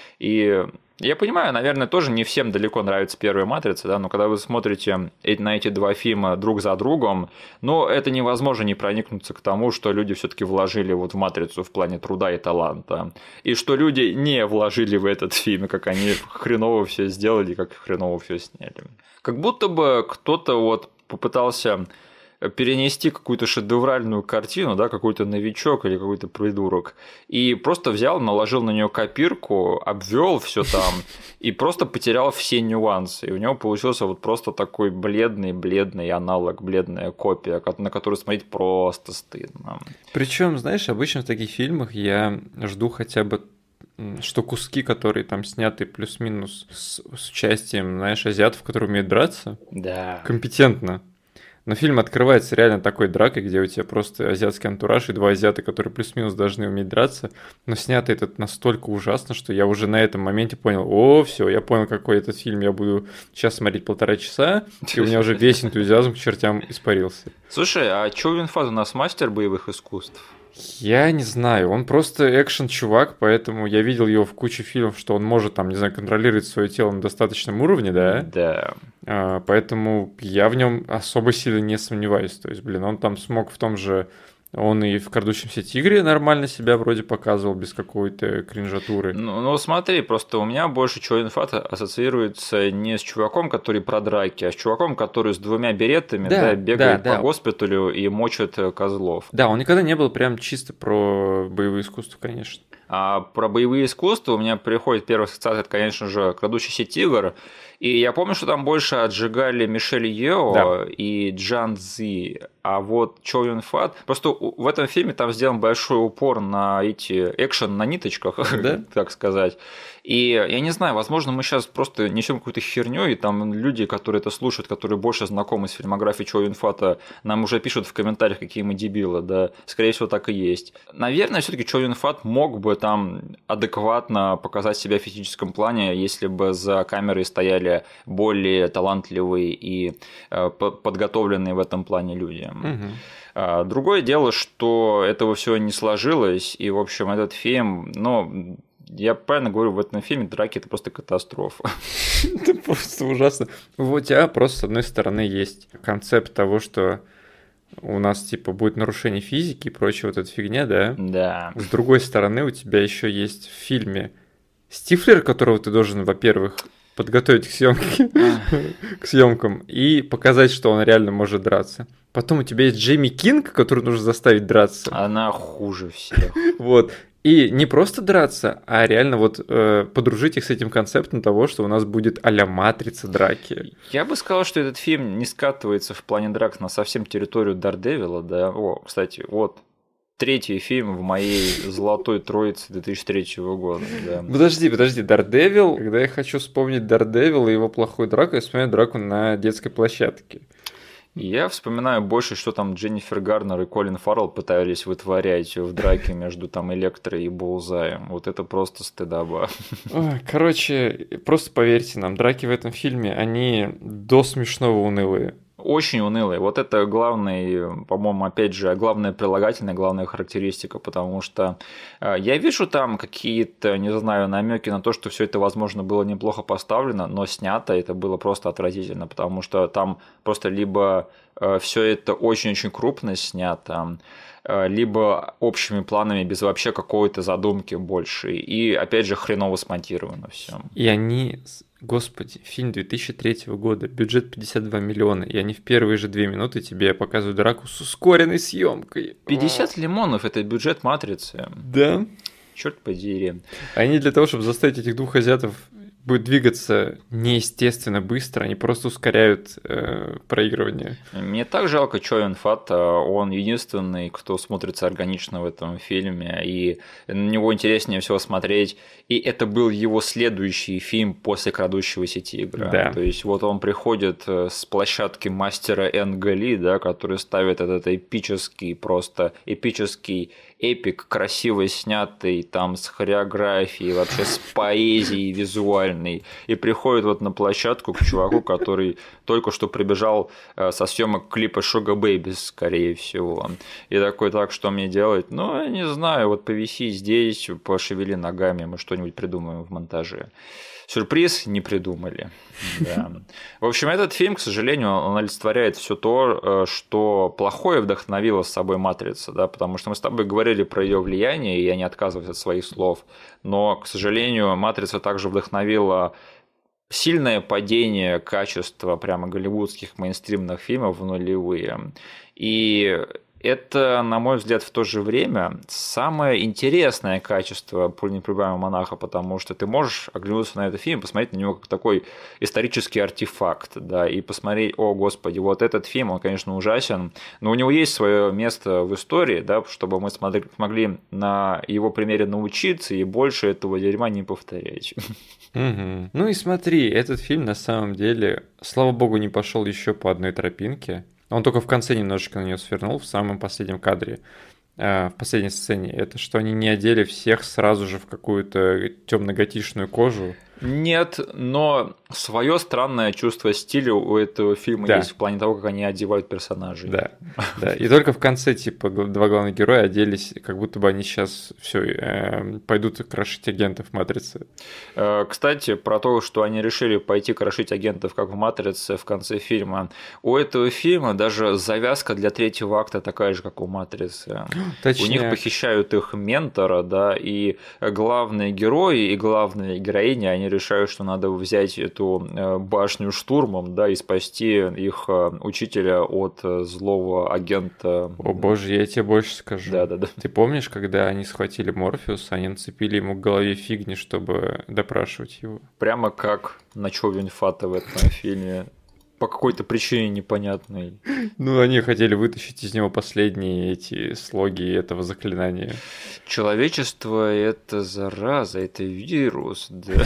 И я понимаю, наверное, тоже не всем далеко нравится первая «Матрица», да, но когда вы смотрите на эти два фильма друг за другом, но это невозможно не проникнуться к тому, что люди все-таки вложили вот в «Матрицу» в плане труда и таланта, и что люди не вложили в этот фильм, как они хреново все сделали, как хреново все сняли. Как будто бы кто-то вот попытался перенести какую-то шедевральную картину, да, какой-то новичок или какой-то придурок, и просто взял, наложил на нее копирку, обвел все там и просто потерял все нюансы. И у него получился вот просто такой бледный-бледный аналог, бледная копия, на которую смотреть просто стыдно. Причем, знаешь, обычно в таких фильмах я жду хотя бы что куски, которые там сняты плюс-минус с, с участием, знаешь, азиатов, которые умеют драться, да. компетентно. Но фильм открывается реально такой дракой, где у тебя просто азиатский антураж и два азиата, которые плюс-минус должны уметь драться. Но снято этот настолько ужасно, что я уже на этом моменте понял, о, все, я понял, какой этот фильм я буду сейчас смотреть полтора часа, и у меня уже весь энтузиазм к чертям испарился. Слушай, а Чоуин Фат у нас мастер боевых искусств? Я не знаю, он просто экшен-чувак, поэтому я видел его в куче фильмов, что он может, там, не знаю, контролировать свое тело на достаточном уровне, да? Да. А, поэтому я в нем особо сильно не сомневаюсь. То есть, блин, он там смог в том же... Он и в «Крадущемся тигре» нормально себя вроде показывал, без какой-то кринжатуры. Ну, ну смотри, просто у меня больше Чоуин Фат ассоциируется не с чуваком, который про драки, а с чуваком, который с двумя беретами да, да, бегает да, по да. госпиталю и мочит козлов. Да, он никогда не был прям чисто про боевое искусство, конечно. А про боевые искусства у меня приходит первая ассоциация, это, конечно же, «Крадущийся тигр». И я помню, что там больше отжигали Мишель Ео да. и Джан Цзи, а вот Чоу Юн Фат... Просто в этом фильме там сделан большой упор на эти экшен на ниточках, да? так сказать. И я не знаю, возможно, мы сейчас просто несем какую-то херню, и там люди, которые это слушают, которые больше знакомы с фильмографией Чоу Юн Фата, нам уже пишут в комментариях, какие мы дебилы, да, скорее всего, так и есть. Наверное, все-таки Чоу Юн Фат мог бы там адекватно показать себя в физическом плане, если бы за камерой стояли более талантливые и подготовленные в этом плане люди. Угу. Другое дело, что этого всего не сложилось, и, в общем, этот фильм, ну, я правильно говорю, в этом фильме драки – это просто катастрофа. Это просто ужасно. У тебя просто, с одной стороны, есть концепт того, что у нас, типа, будет нарушение физики и прочая вот эта фигня, да? Да. С другой стороны, у тебя еще есть в фильме Стифлер, которого ты должен, во-первых, подготовить к съемке, к съемкам и показать, что он реально может драться. Потом у тебя есть Джейми Кинг, который нужно заставить драться. Она хуже всех. Вот. И не просто драться, а реально вот э, подружить их с этим концептом того, что у нас будет а-ля матрица драки. Я бы сказал, что этот фильм не скатывается в плане драк на совсем территорию Дардевила, да. О, кстати, вот третий фильм в моей золотой троице две тысячи третьего года. Да. Подожди, подожди, Дардевил. Когда я хочу вспомнить Дардевил и его плохую драку, я вспоминаю драку на детской площадке. Я вспоминаю больше, что там Дженнифер Гарнер и Колин Фаррелл пытались вытворять в драке между там Электрой и Буллзаем. Вот это просто стыдоба. Короче, просто поверьте нам, драки в этом фильме, они до смешного унылые. Очень унылые. Вот это главный, по-моему, опять же, главная прилагательная, главная характеристика, потому что я вижу там какие-то, не знаю, намеки на то, что все это, возможно, было неплохо поставлено, но снято это было просто отвратительно, потому что там просто либо все это очень-очень крупно снято, либо общими планами без вообще какой-то задумки больше, и опять же хреново смонтировано все. И они... Господи, фильм две тысячи третьего года, бюджет пятьдесят два миллиона, и они в первые же две минуты тебе показывают драку с ускоренной съемкой. пятьдесят лимонов – это бюджет «Матрицы». Да. Черт подери. Они для того, чтобы заставить этих двух азиатов будет двигаться неестественно быстро, они просто ускоряют э, проигрывание. Мне так жалко Чо Юн Фата, он единственный, кто смотрится органично в этом фильме, и на него интереснее всего смотреть, и это был его следующий фильм после «Крадущегося тигра». Да. То есть вот он приходит с площадки мастера Энга Ли, да, который ставит этот эпический, просто эпический эпик, красиво снятый, там с хореографией, вообще с поэзией визуальной, и приходит вот на площадку к чуваку, который только что прибежал со съемок клипа Sugar Babies, скорее всего. И такой, так, что мне делать? Ну, я не знаю, вот повиси здесь, пошевели ногами, мы что-нибудь придумаем в монтаже. Сюрприз не придумали. Да. В общем, этот фильм, к сожалению, он олицетворяет все то, что плохое вдохновило с собой «Матрица», да, потому что мы с тобой говорили про ее влияние, и я не отказываюсь от своих слов, но, к сожалению, «Матрица» также вдохновила сильное падение качества прямо голливудских мейнстримных фильмов в нулевые. И это, на мой взгляд, в то же время самое интересное качество «Пуленепробиваемого монаха», потому что ты можешь оглянуться на этот фильм, посмотреть на него как такой исторический артефакт, да, и посмотреть, о, господи, вот этот фильм, он, конечно, ужасен, но у него есть свое место в истории, да, чтобы мы смогли на его примере научиться и больше этого дерьма не повторять. Угу. Ну и смотри, этот фильм на самом деле, слава богу, не пошел еще по одной тропинке. Он только в конце немножечко на нее свернул, в самом последнем кадре, э, в последней сцене. Это что они не одели всех сразу же в какую-то темно-готичную кожу. Нет, но свое странное чувство стиля у этого фильма да. есть в плане того, как они одевают персонажей. Да, да. И только в конце, типа, два главных героя оделись, как будто бы они сейчас все э, пойдут крошить агентов Матрицы. Кстати, про то, что они решили пойти крошить агентов, как в Матрице в конце фильма. У этого фильма даже завязка для третьего акта такая же, как у Матрицы. Точняк. У них похищают их ментора, да, и главные герои и главные героини, они они решают, что надо взять эту э, башню штурмом, да, и спасти их э, учителя от э, злого агента. О боже, я тебе больше скажу. Да-да-да. Ты помнишь, когда они схватили Морфеуса, они нацепили ему к голове фигни, чтобы допрашивать его? Прямо как на Човен Фата в этом фильме. По какой-то причине непонятной. Ну, они хотели вытащить из него последние эти слоги этого заклинания. Человечество — это зараза, это вирус, да.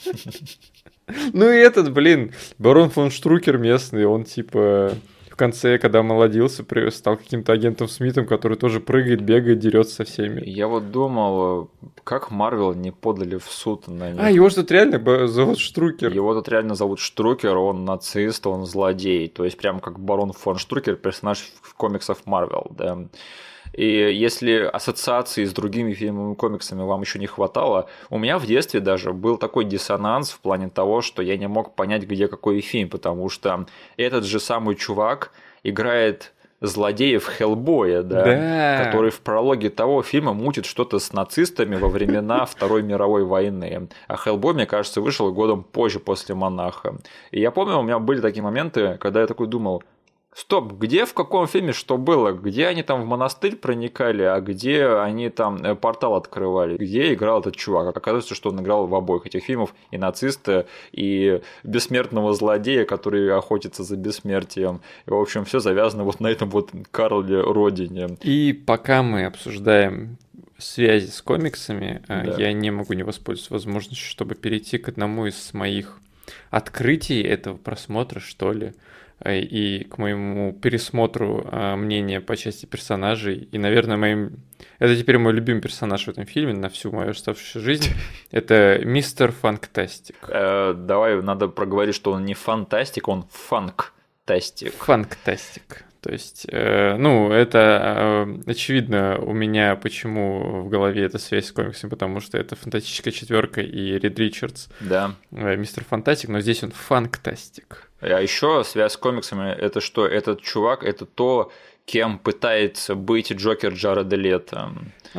Ну и этот, блин, барон фон Штрукер местный, он типа... В конце, когда молодился, стал каким-то агентом Смитом, который тоже прыгает, бегает, дерется со всеми. Я вот думал, как Марвел не подали в суд на них. А, его же тут реально зовут Штрукер. Его тут реально зовут Штрукер, он нацист, он злодей. То есть прям как барон фон Штрукер, персонаж в комиксах Марвел, да. И если ассоциации с другими фильмами и комиксами вам еще не хватало, у меня в детстве даже был такой диссонанс в плане того, что я не мог понять, где какой фильм, потому что этот же самый чувак играет злодеев Хеллбоя, да, да. который в прологе того фильма мутит что-то с нацистами во времена Второй мировой войны. А Хеллбой, мне кажется, вышел годом позже после «Монаха». И я помню, у меня были такие моменты, когда я такой думал: стоп, где в каком фильме что было? Где они там в монастырь проникали, а где они там портал открывали? Где играл этот чувак? Оказывается, что он играл в обоих этих фильмах: и нациста, и бессмертного злодея, который охотится за бессмертием. И, в общем, все завязано вот на этом вот Карле Родине. И пока мы обсуждаем связи с комиксами, Да. я не могу не воспользоваться возможностью, чтобы перейти к одному из моих открытий этого просмотра, что ли, и к моему пересмотру мнения по части персонажей. И, наверное, моим... это теперь мой любимый персонаж в этом фильме на всю мою оставшуюся жизнь. Это мистер Фанктастик. Э, давай, надо проговорить, что он не фантастик, он фанктастик. Фанктастик. То есть, э, ну, это э, очевидно у меня, почему в голове эта связь с комиксами, потому что это «Фантастическая четверка» и Рид Ричардс. Да. Э, мистер Фантастик, но здесь он Фанктастик. А еще связь с комиксами — это что? Этот чувак — это то, кем пытается быть Джокер Джареда Лето.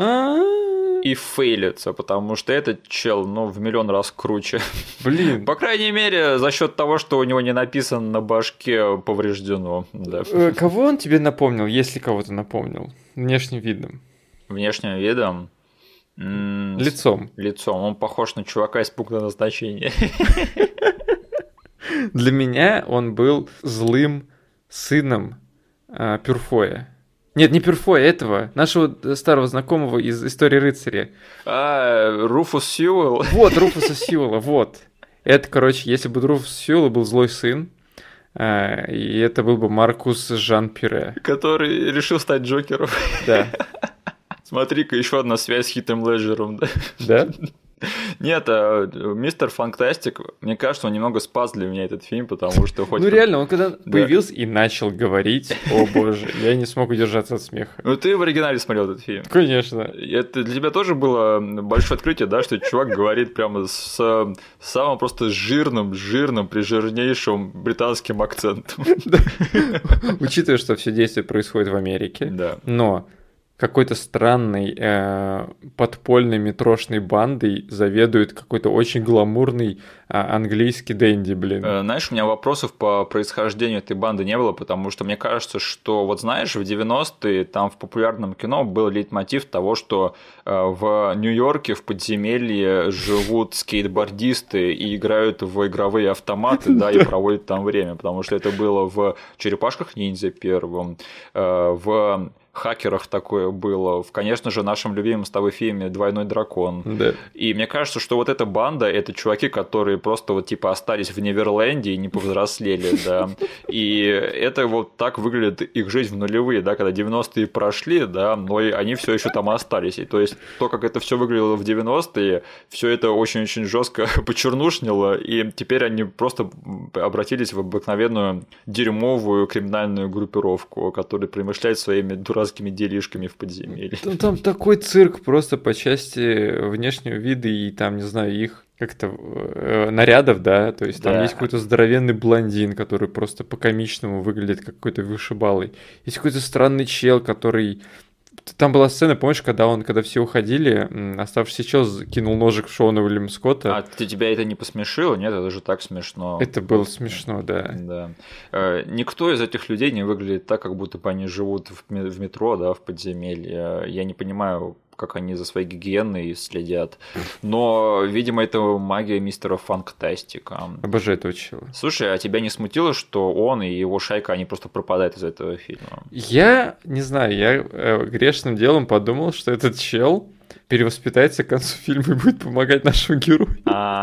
И фейлится, потому что этот чел, ну, в миллион раз круче. Блин. По крайней мере, за счет того, что у него не написано на башке «повреждено». Да. Кого он тебе напомнил, если кого-то напомнил? Внешним видом. Внешним видом? М- Лицом. Лицом. Он похож на чувака из пункта назначения. Для меня он был злым сыном а, Пюрфоя. Нет, не Пюрфоя, этого, нашего старого знакомого из «Истории рыцаря». А, Руфус Сьюэлл. Вот, Руфуса Сьюэлла, вот. Это, короче, если бы Руфус Сьюэлла был злой сын, а, и это был бы Маркус Жан Пире. Который решил стать Джокером. Да. Смотри-ка, еще одна связь с Хитом Леджером, да? Да? Нет, а, мистер Фантастик, мне кажется, он немного спас для меня этот фильм, потому что хоть... Ну реально, он когда Да. появился и начал говорить, о боже, я не смог удержаться от смеха. Ну ты в оригинале смотрел этот фильм. Конечно. Это для тебя тоже было большое открытие, да, что чувак говорит прямо с самым просто жирным, жирным, прижирнейшим британским акцентом. Учитывая, что все действие происходит в Америке, Да. но какой-то странной э, подпольной метрошной бандой заведует какой-то очень гламурный э, английский дэнди, блин. Э, Знаешь, у меня вопросов по происхождению этой банды не было, потому что мне кажется, что вот знаешь, в девяностые там в популярном кино был лейтмотив того, что э, в Нью-Йорке в подземелье живут скейтбордисты и играют в игровые автоматы, да, и проводят там время, потому что это было в «Черепашках ниндзя» первом, э, в «Хакерах» такое было, в, конечно же, нашем любимом с тобой фильме «Двойной дракон». Да. И мне кажется, что вот эта банда — это чуваки, которые просто вот типа остались в Неверленде и не повзрослели, да. И это вот так выглядит их жизнь в нулевые, да, когда девяностые прошли, да, но и они все еще там остались. И то есть то, как это все выглядело в девяностые, все это очень-очень жестко почернушнило, и теперь они просто обратились в обыкновенную дерьмовую криминальную группировку, которая промышляет своими дурацкими делишками в подземелье. Там, там такой цирк просто по части внешнего вида и там, не знаю, их как-то э, нарядов, да, то есть там Да. есть какой-то здоровенный блондин, который просто по-комичному выглядит как какой-то вышибалый. Есть какой-то странный чел, который Там была сцена, помнишь, когда он, когда все уходили, оставшийся чел кинул ножик в Шона Уильяма Скотта. А ты, тебя это не посмешило? Нет, это же так смешно. Это было смешно, да. Да. Э, никто из этих людей не выглядит так, как будто бы они живут в, в метро, да, в подземелье. Я не понимаю, как они за своей гигиеной следят. Но, видимо, это магия мистера Фантастика. Обожаю этого чела. Слушай, а тебя не смутило, что он и его шайка, они просто пропадают из этого фильма? Я не знаю, я э, грешным делом подумал, что этот чел перевоспитается к концу фильма и будет помогать нашему герою.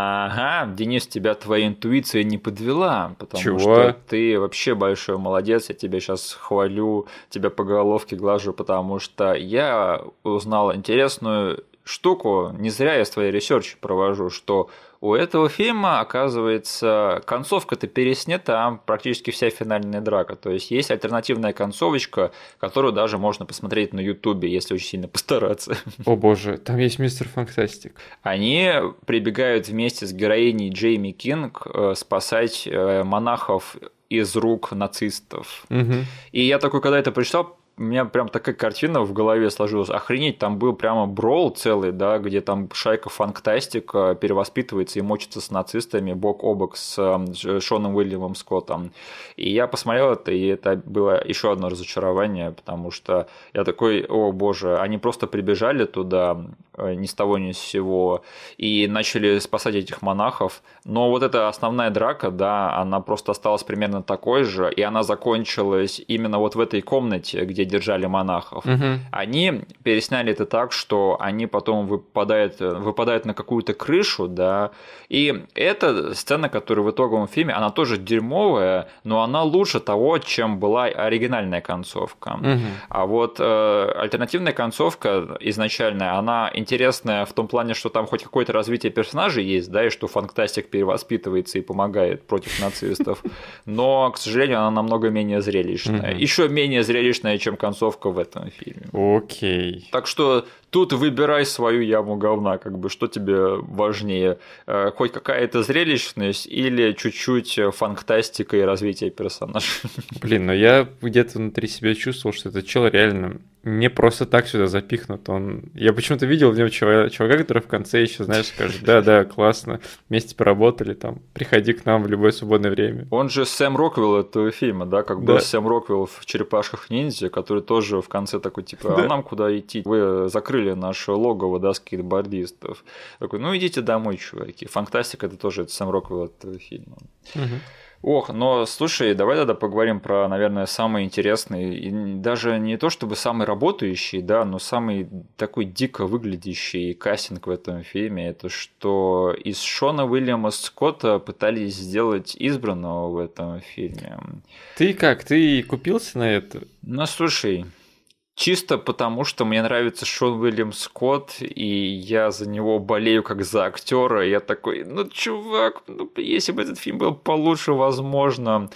Ага, Денис, тебя твоя интуиция не подвела, потому Чего? что ты вообще большой молодец, я тебя сейчас хвалю, тебя по головке глажу, потому что я узнал интересную штуку, не зря я свои ресерчи провожу, что у этого фильма, оказывается, концовка-то переснята, практически вся финальная драка. То есть есть альтернативная концовочка, которую даже можно посмотреть на Ютубе, если очень сильно постараться. О боже, там есть мистер Фантастик. Они прибегают вместе с героиней Джейми Кинг спасать монахов из рук нацистов. Угу. И я такой, когда это прочитал, у меня прям такая картина в голове сложилась. Охренеть, там был прямо брол целый, да, где там шайка Фантастика перевоспитывается и мочится с нацистами бок о бок с Шоном Уильямом Скоттом. И я посмотрел это, и это было еще одно разочарование, потому что я такой, о боже, они просто прибежали туда ни с того ни с сего и начали спасать этих монахов. Но вот эта основная драка, да, она просто осталась примерно такой же, и она закончилась именно вот в этой комнате, где держали монахов. Угу. Они пересняли это так, что они потом выпадают, выпадают на какую-то крышу, да, и эта сцена, которая в итоговом фильме, она тоже дерьмовая, но она лучше того, чем была оригинальная концовка. Угу. А вот э, альтернативная концовка изначальная, она интересная в том плане, что там хоть какое-то развитие персонажей есть, да, и что Фантастик перевоспитывается и помогает против нацистов, но, к сожалению, она намного менее зрелищная. Угу. Еще менее зрелищная, чем концовка в этом фильме. Окей. Так что тут выбирай свою яму говна, как бы, что тебе важнее, хоть какая-то зрелищность или чуть-чуть фантастика и развитие персонажей. Блин, но я где-то внутри себя чувствовал, что этот чел реально не просто так сюда запихнут. Он... Я почему-то видел в нем чувака, чувака, который в конце еще, знаешь, скажет, да-да, классно, вместе поработали, там, приходи к нам в любое свободное время. Он же Сэм Роквелл этого фильма, да, как да. был Сэм Роквелл в «Черепашках ниндзя», который тоже в конце такой, типа, а да. нам куда идти? Вы закрыли наше логово, да, скейтбордистов. Такой, ну идите домой, чуваки. Фантастика — это тоже это Сэм Роквелл этого фильма. Угу. Ох, но слушай, давай тогда поговорим про, наверное, самый интересный, и даже не то чтобы самый работающий, да, но самый такой дико выглядящий кастинг в этом фильме, это что из Шона Уильяма Скотта пытались сделать избранного в этом фильме. Ты как, ты купился на это? Ну, слушай... Чисто потому, что мне нравится Шон Уильям Скотт, и я за него болею как за актера. Я такой, ну, чувак, ну, если бы этот фильм был получше, возможно.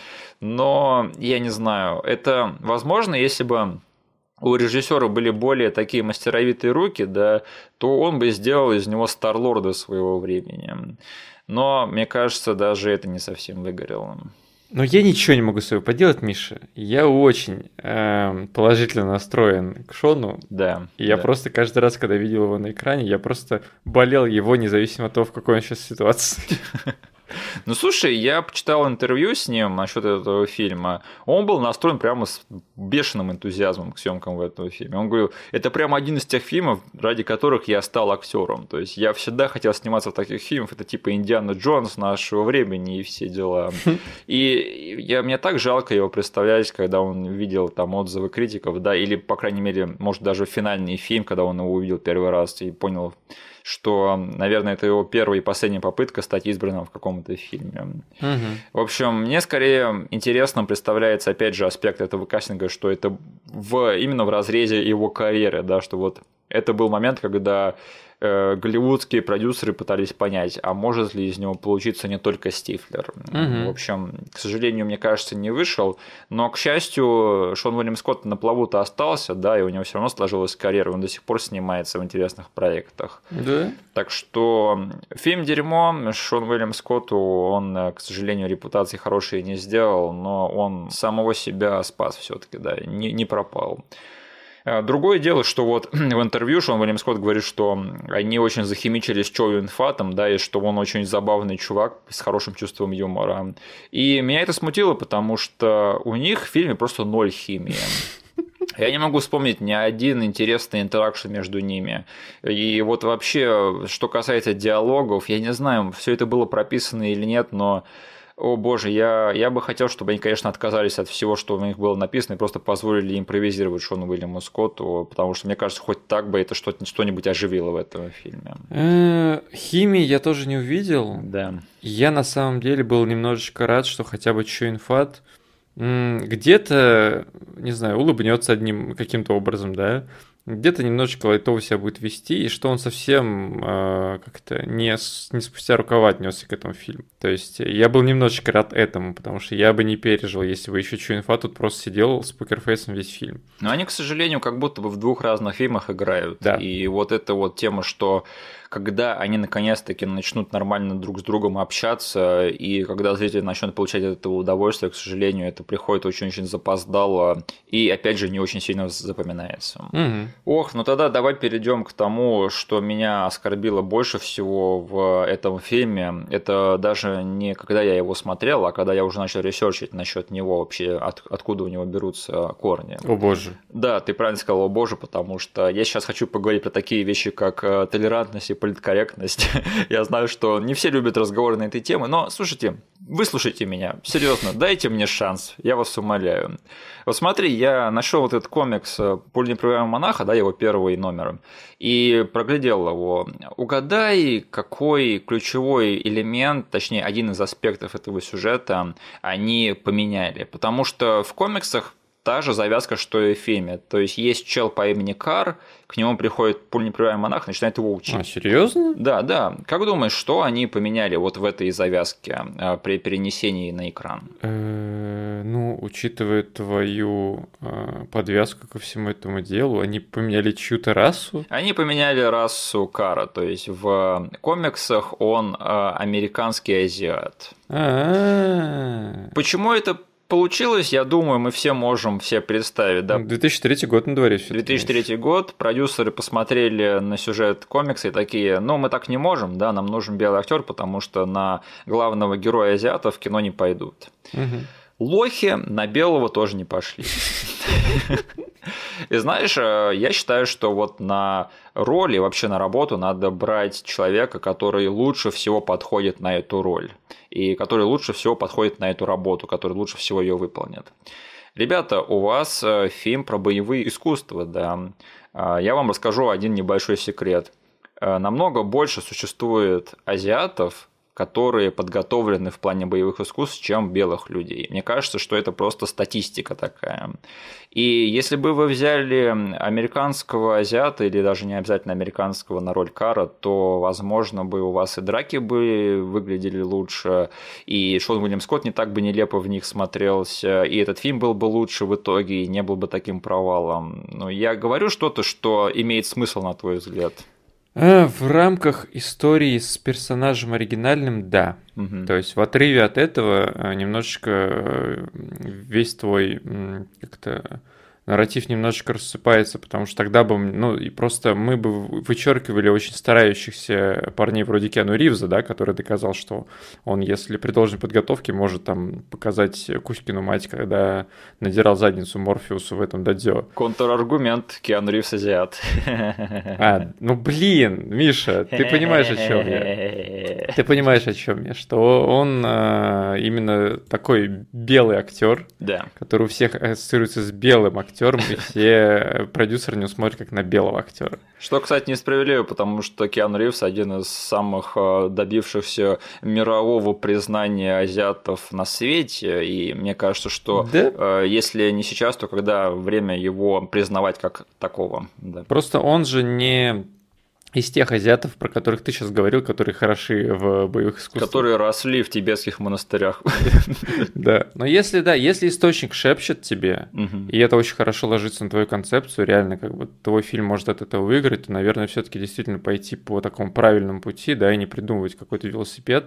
Но я не знаю. Это возможно, если бы у режиссера были более такие мастеровитые руки, да, то он бы сделал из него Стар-Лорда своего времени. Но мне кажется, даже это не совсем выгорело. Но я ничего не могу с собой поделать, Миша. Я очень э, положительно настроен к Шону. Да. И я да. просто каждый раз, когда видел его на экране, я просто болел его, независимо от того, в какой он сейчас ситуации. Ну, слушай, я почитал интервью с ним насчет этого фильма. Он был настроен прямо с бешеным энтузиазмом к съемкам в этом фильме. Он говорил, это прямо один из тех фильмов, ради которых я стал актером. То есть я всегда хотел сниматься в таких фильмах. Это типа Индиана Джонс нашего времени и все дела. И я, мне так жалко его представлять, когда он видел там отзывы критиков, да, или, по крайней мере, может, даже финальный фильм, когда он его увидел первый раз и понял, что, наверное, это его первая и последняя попытка стать избранным в каком-то фильме. Угу. В общем, мне скорее интересным представляется, опять же, аспект этого кастинга, что это в, именно в разрезе его карьеры, да, что вот это был момент, когда э, голливудские продюсеры пытались понять, а может ли из него получиться не только Стифлер. Угу. В общем, к сожалению, мне кажется, не вышел, но, к счастью, Шон Уильям Скотт на плаву-то остался, да, и у него все равно сложилась карьера, он до сих пор снимается в интересных проектах. Да. Так что фильм дерьмо, Шон Уильям Скотту, он, к сожалению, репутации хорошей не сделал, но он самого себя спас все-таки, да, не, не пропал. Другое дело, что вот в интервью Шон Уильям Скотт говорит, что они очень захимичились с Чоу Юн Фатом, да, и что он очень забавный чувак с хорошим чувством юмора. И меня это смутило, потому что у них в фильме просто ноль химии. Я не могу вспомнить ни один интересный интеракшн между ними. И вот вообще, что касается диалогов, я не знаю, все это было прописано или нет, но... О боже, я, я бы хотел, чтобы они, конечно, отказались от всего, что у них было написано, и просто позволили импровизировать Шону Уильяму Скотту, потому что, мне кажется, хоть так бы это что-нибудь оживило в этом фильме. Химии я тоже не увидел. Да. Я на самом деле был немножечко рад, что хотя бы Чо Юн Фат где-то, не знаю, улыбнется одним каким-то образом, да, где-то немножечко лайтово себя будет вести, и что он совсем э, как-то не, не спустя рукава отнесся к этому фильму. То есть я был немножечко рад этому, потому что я бы не пережил, если бы еще Чо Юн Фат тут просто сидел с покерфейсом весь фильм. Но они, к сожалению, как будто бы в двух разных фильмах играют. Да. И вот эта вот тема, что когда они наконец-таки начнут нормально друг с другом общаться, и когда зритель начнет получать от этого удовольствие, к сожалению, это приходит очень-очень запоздало и, опять же, не очень сильно запоминается. Угу. Ох, ну тогда давай перейдем к тому, что меня оскорбило больше всего в этом фильме. Это даже не когда я его смотрел, а когда я уже начал ресерчить насчет него вообще, от, откуда у него берутся корни. О боже. Да, ты правильно сказал, о боже, потому что я сейчас хочу поговорить про такие вещи, как толерантность и политкорректность. Я знаю, что не все любят разговоры на этой теме, но слушайте, выслушайте меня, серьезно, дайте мне шанс, я вас умоляю. Вот смотри, я нашел вот этот комикс «Пуленепробиваемый монаха», да, его первый номер, и проглядел его. Угадай, какой ключевой элемент, точнее, один из аспектов этого сюжета они поменяли, потому что в комиксах та же завязка, что и в фильме. То есть есть чел по имени Кар, к нему приходит пуленепробиваемый монах, начинает его учить. А, серьезно? Да, да. Как думаешь, что они поменяли вот в этой завязке при перенесении на экран? Ну, учитывая твою подвязку ко всему этому делу, они поменяли чью-то расу? Они поменяли расу Кара, то есть в комиксах он американский азиат. А-а-а. Почему это получилось, я думаю, мы все можем все представить, да. две тысячи третий год на дворе. две тысячи третий год, продюсеры посмотрели на сюжет комикса и такие, ну, мы так не можем, да, нам нужен белый актер, потому что на главного героя азиата в кино не пойдут. Угу. Лохи на белого тоже не пошли. И знаешь, я считаю, что вот на роли, вообще на работу надо брать человека, который лучше всего подходит на эту роль, и который лучше всего подходит на эту работу, который лучше всего ее выполнит. Ребята, у вас фильм про боевые искусства, да. Я вам расскажу один небольшой секрет. Намного больше существует азиатов, которые подготовлены в плане боевых искусств, чем белых людей. Мне кажется, что это просто статистика такая. И если бы вы взяли американского азиата, или даже не обязательно американского на роль Кара, то, возможно, бы у вас и драки бы выглядели лучше, и Шон Уильям Скотт не так бы нелепо в них смотрелся, и этот фильм был бы лучше в итоге, и не был бы таким провалом. Но я говорю что-то, что имеет смысл, на твой взгляд. В рамках истории с персонажем оригинальным, да. Угу. То есть в отрыве от этого немножечко весь твой как-то нарратив немножечко рассыпается, потому что тогда бы, ну, и просто мы бы вычеркивали очень старающихся парней вроде Киану Ривза, да, который доказал, что он, если при должной подготовке, может там показать Кузькину мать, когда надирал задницу Морфеусу в этом дадзё. Контраргумент: Киану Ривз азиат. А, ну блин, Миша, ты понимаешь, о чем я? Ты понимаешь, о чем я? Что он а, именно такой белый актер, да, который у всех ассоциируется с белым актером, и все продюсеры не смотрят как на белого актера. Что, кстати, несправедливо, потому что Киану Ривз один из самых добившихся мирового признания азиатов на свете, и мне кажется, что да? если не сейчас, то когда время его признавать как такого. Да. Просто он же не из тех азиатов, про которых ты сейчас говорил, которые хороши в боевых искусствах. Которые росли в тибетских монастырях. Да. Но если, да, если источник шепчет тебе, и это очень хорошо ложится на твою концепцию, реально, как бы твой фильм может от этого выиграть, то, наверное, все-таки действительно пойти по такому правильному пути, да, и не придумывать какой-то велосипед,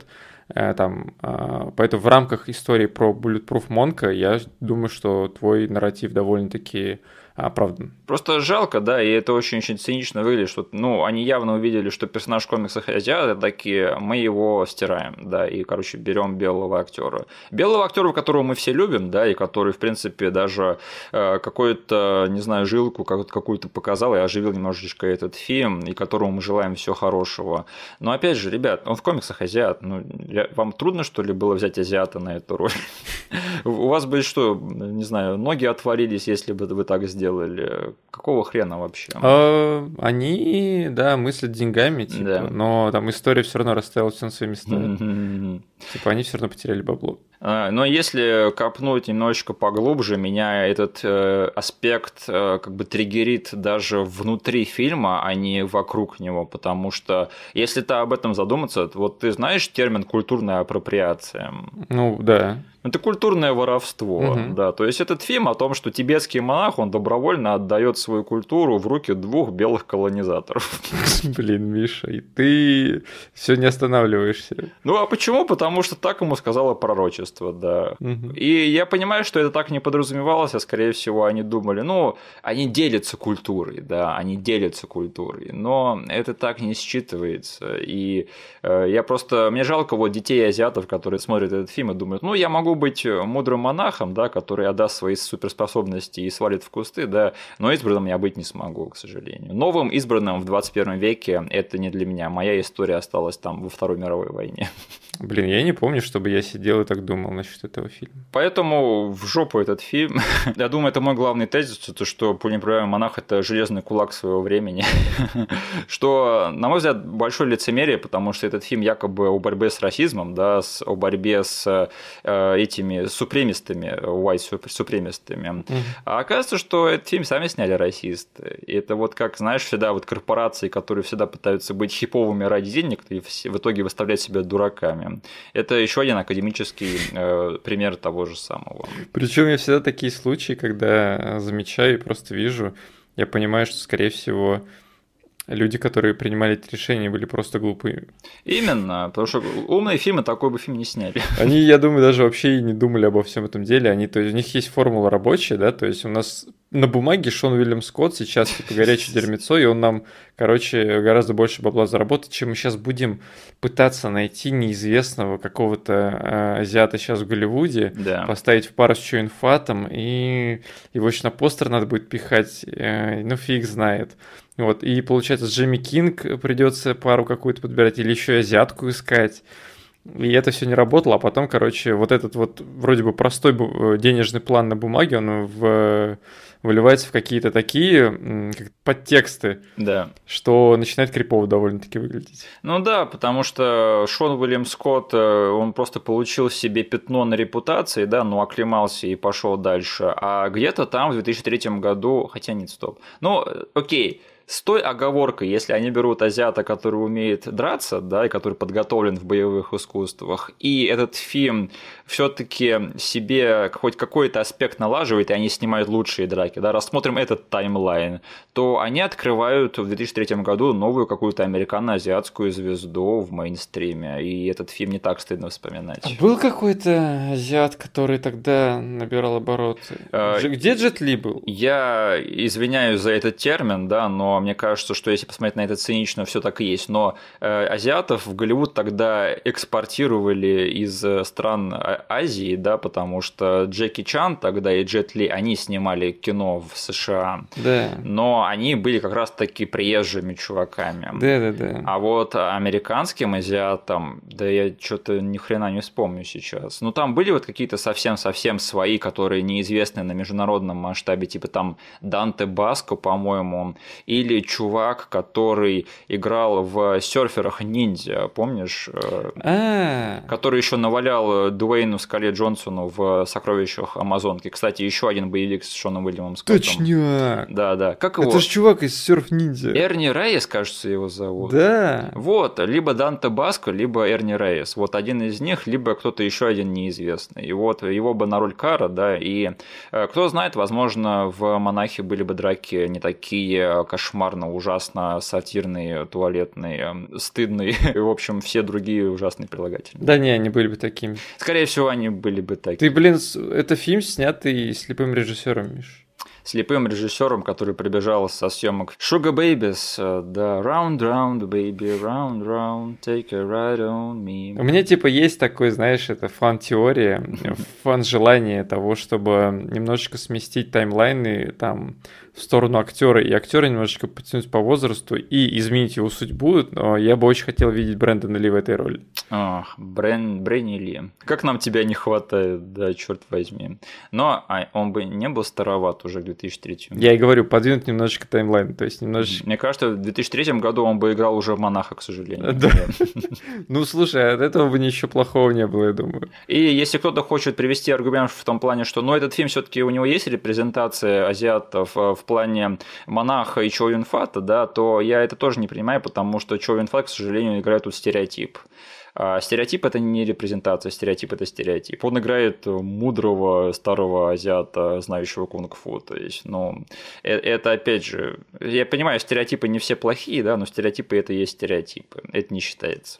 Там, поэтому в рамках истории про Bulletproof Monk я думаю, что твой нарратив довольно-таки оправдан. Просто жалко, да, и это очень-очень цинично выглядит, что, ну, они явно увидели, что персонаж в комиксах азиат, такие, мы его стираем, да, и, короче, берем белого актера. Белого актера, которого мы все любим, да, и который, в принципе, даже э, какую-то, не знаю, жилку какую-то показал и оживил немножечко этот фильм, и которому мы желаем всего хорошего. Но, опять же, ребят, он в комиксах азиат, ну, вам трудно, что ли, было взять азиата на эту роль? У вас бы что, не знаю, ноги отвалились, если бы вы так сделали? Делали. Какого хрена вообще? А, они, да, мыслят деньгами, типа, да. Но там история все равно расставила все на свои места. Mm-hmm. Типа они все равно потеряли бабло. Но если копнуть немножечко поглубже, меня этот э, аспект э, как бы триггерит даже внутри фильма, а не вокруг него, потому что если ты об этом задуматься, вот ты знаешь термин «культурная апроприация»? Ну, да. Это культурное воровство, угу. да. То есть этот фильм о том, что тибетский монах, он добровольно отдает свою культуру в руки двух белых колонизаторов. Блин, Миша, и ты все не останавливаешься. Ну а почему? Потому что так ему сказала пророчество, да. Угу. И я понимаю, что это так не подразумевалось, а скорее всего они думали, ну, они делятся культурой, да, они делятся культурой, но это так не считывается. И э, я просто, мне жалко вот детей азиатов, которые смотрят этот фильм и думают, ну, я могу быть мудрым монахом, да, который отдаст свои суперспособности и свалит в кусты, да, но избранным я быть не смогу, к сожалению. Новым избранным в двадцать первом веке это не для меня. Моя история осталась там во Второй мировой войне. Блин, я не помню, чтобы я сидел и так думал насчет этого фильма. Поэтому в жопу этот фильм. Я думаю, это мой главный тезис, то, что «Пуленепробиваемый монах» — это железный кулак своего времени. Что, на мой взгляд, большое лицемерие, потому что этот фильм якобы о борьбе с расизмом, да, о борьбе с э, этими супремистами, white супремистами. Mm-hmm. А оказывается, что этот фильм сами сняли расисты. И это вот как, знаешь, всегда вот корпорации, которые всегда пытаются быть хиповыми ради денег, и в итоге выставлять себя дураками. Это еще один академический э, пример того же самого. Причем я всегда такие случаи, когда замечаю и просто вижу, я понимаю, что, скорее всего, люди, которые принимали эти решения, были просто глупые. Именно, потому что умные фильмы такой бы фильм не сняли. Они, я думаю, даже вообще и не думали обо всем этом деле. Они, то есть, у них есть формула рабочая, да, то есть у нас на бумаге Шон Уильям Скотт сейчас типа горячее дерьмецо, и он нам, короче, гораздо больше бабла заработает, чем мы сейчас будем пытаться найти неизвестного какого-то э, азиата сейчас в Голливуде, да. поставить в пару с Чоин Фатом, и его еще на постер надо будет пихать, э, ну фиг знает. Вот, и получается, с Джимми Кинг придется пару какую-то подбирать, или еще и азиатку искать. И это все не работало, а потом, короче, вот этот вот вроде бы простой денежный план на бумаге, он в... выливается в какие-то такие как подтексты, да. что начинает крипово довольно-таки выглядеть. Ну да, потому что Шон Уильям Скотт, он просто получил себе пятно на репутации, да, ну оклемался и пошел дальше. А где-то там в две тысячи третьем году, хотя нет, стоп, ну окей, с той оговоркой, если они берут азиата, который умеет драться, да, и который подготовлен в боевых искусствах, и этот фильм все-таки себе хоть какой-то аспект налаживает, и они снимают лучшие драки, да, рассмотрим этот таймлайн, то они открывают в две тысячи третьем году новую какую-то американо-азиатскую звезду в мейнстриме, и этот фильм не так стыдно вспоминать. А был какой-то азиат, который тогда набирал обороты? А, Где Джет Ли был? Я извиняюсь за этот термин, да, но мне кажется, что если посмотреть на это цинично, все так и есть. Но э, азиатов в Голливуд тогда экспортировали из стран Азии, да, потому что Джеки Чан тогда и Джет Ли, они снимали кино в США. Да. Но они были как раз-таки приезжими чуваками. Да, да, да. А вот американским азиатам, да я что-то ни хрена не вспомню сейчас. Ну там были вот какие-то совсем-совсем свои, которые неизвестны на международном масштабе, типа там Данте Баско, по-моему, и или чувак, который играл в серферах ниндзя, помнишь? А-а-а. Который еще навалял Дуэйну Скале Джонсону в «Сокровищах Амазонки». Кстати, еще один боевик с Шоном Уильямом Скоттом. Точняк! Да, да. Как его? Это же чувак из серф ниндзя. Эрни Рейс, кажется, его зовут. Да. Вот, либо Данте Баско, либо Эрни Рейс. Вот один из них, либо кто-то еще один неизвестный. И вот его бы на роль Кара, да, и кто знает, возможно, в «Монахе» были бы драки не такие кошмарные, кошмарно, ужасно, сатирный, туалетный, стыдный, и, в общем, все другие ужасные прилагательные. Да не, они были бы такими. Скорее всего, они были бы такими. Ты, блин, это фильм, снятый слепым режиссером, Миш. Слепым режиссером, который прибежал со съемок Sugar Babies, да, round, round, baby, round, round, take a ride on me. У меня, типа, есть такой, знаешь, это фан-теория, фан-желание того, чтобы немножечко сместить таймлайны, там, в сторону актера, и актера немножечко потянуть по возрасту и изменить его судьбу, но я бы очень хотел видеть Брэндона Ли в этой роли. Ах, Брэн, Брэнни Ли. Как нам тебя не хватает, да, черт возьми. Но а, он бы не был староват уже в две тысячи третьем. Я и говорю, подвинуть немножечко таймлайн, то есть немножечко... Мне кажется, в две тысячи третьем году он бы играл уже в монаха, к сожалению. Да. Ну, слушай, от этого бы ничего плохого не было, я думаю. И если кто-то хочет привести аргумент в том плане, что, ну, этот фильм все-таки у него есть репрезентация азиатов в плане монаха и Чоу Юн-фата, да, то я это тоже не принимаю, потому что Чоу Юн-фат, к сожалению, играет тут стереотип. А стереотип – это не репрезентация, стереотип – это стереотип. Он играет мудрого старого азиата, знающего кунг-фу. То есть, ну, это опять же, я понимаю, стереотипы не все плохие, да, но стереотипы – это и есть стереотипы, это не считается.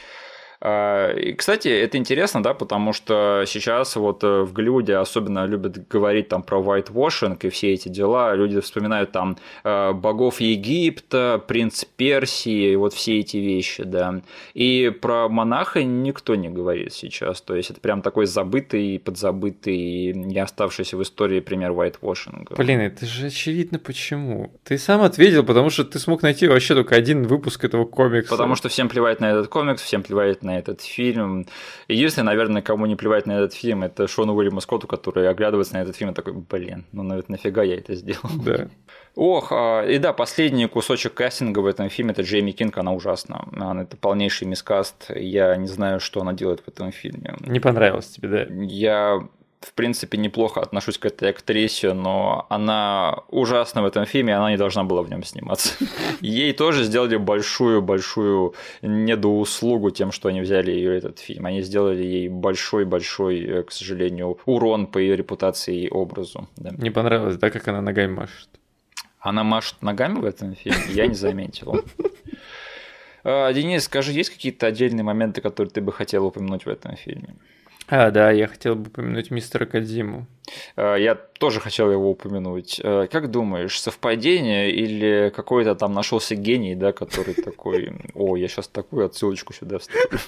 И, кстати, это интересно, да, потому что сейчас вот в Голливуде особенно любят говорить там про whitewashing и все эти дела. Люди вспоминают там богов Египта, принц Персии, вот все эти вещи, да. И про монаха никто не говорит сейчас. То есть это прям такой забытый, подзабытый, не оставшийся в истории пример whitewashing. Блин, это же очевидно почему. Ты сам ответил, потому что ты смог найти вообще только один выпуск этого комикса. Потому что всем плевать на этот комикс, всем плевать на этот фильм. Единственное, наверное, кому не плевать на этот фильм, это Шону Уильяму Скотту, который оглядывается на этот фильм и такой, блин, ну нафига я это сделал. Да. Ох, и да, последний кусочек кастинга в этом фильме – это Джейми Кинг, она ужасна. Она, это полнейший мискаст, я не знаю, что она делает в этом фильме. Не понравилось тебе, да? Я... в принципе, неплохо отношусь к этой актрисе, но она ужасна в этом фильме, и она не должна была в нем сниматься. Ей тоже сделали большую-большую недоуслугу тем, что они взяли ее этот фильм. Они сделали ей большой-большой, к сожалению, урон по ее репутации и образу. Да. Не понравилось, да, как она ногами машет? Она машет ногами в этом фильме? Я не заметил. Денис, скажи, есть какие-то отдельные моменты, которые ты бы хотел упомянуть в этом фильме? А, да, я хотел бы упомянуть мистера Кодзиму. Я тоже хотел его упомянуть. Как думаешь, совпадение или какой-то там нашелся гений, да, который такой, о, я сейчас такую отсылочку сюда вставлю.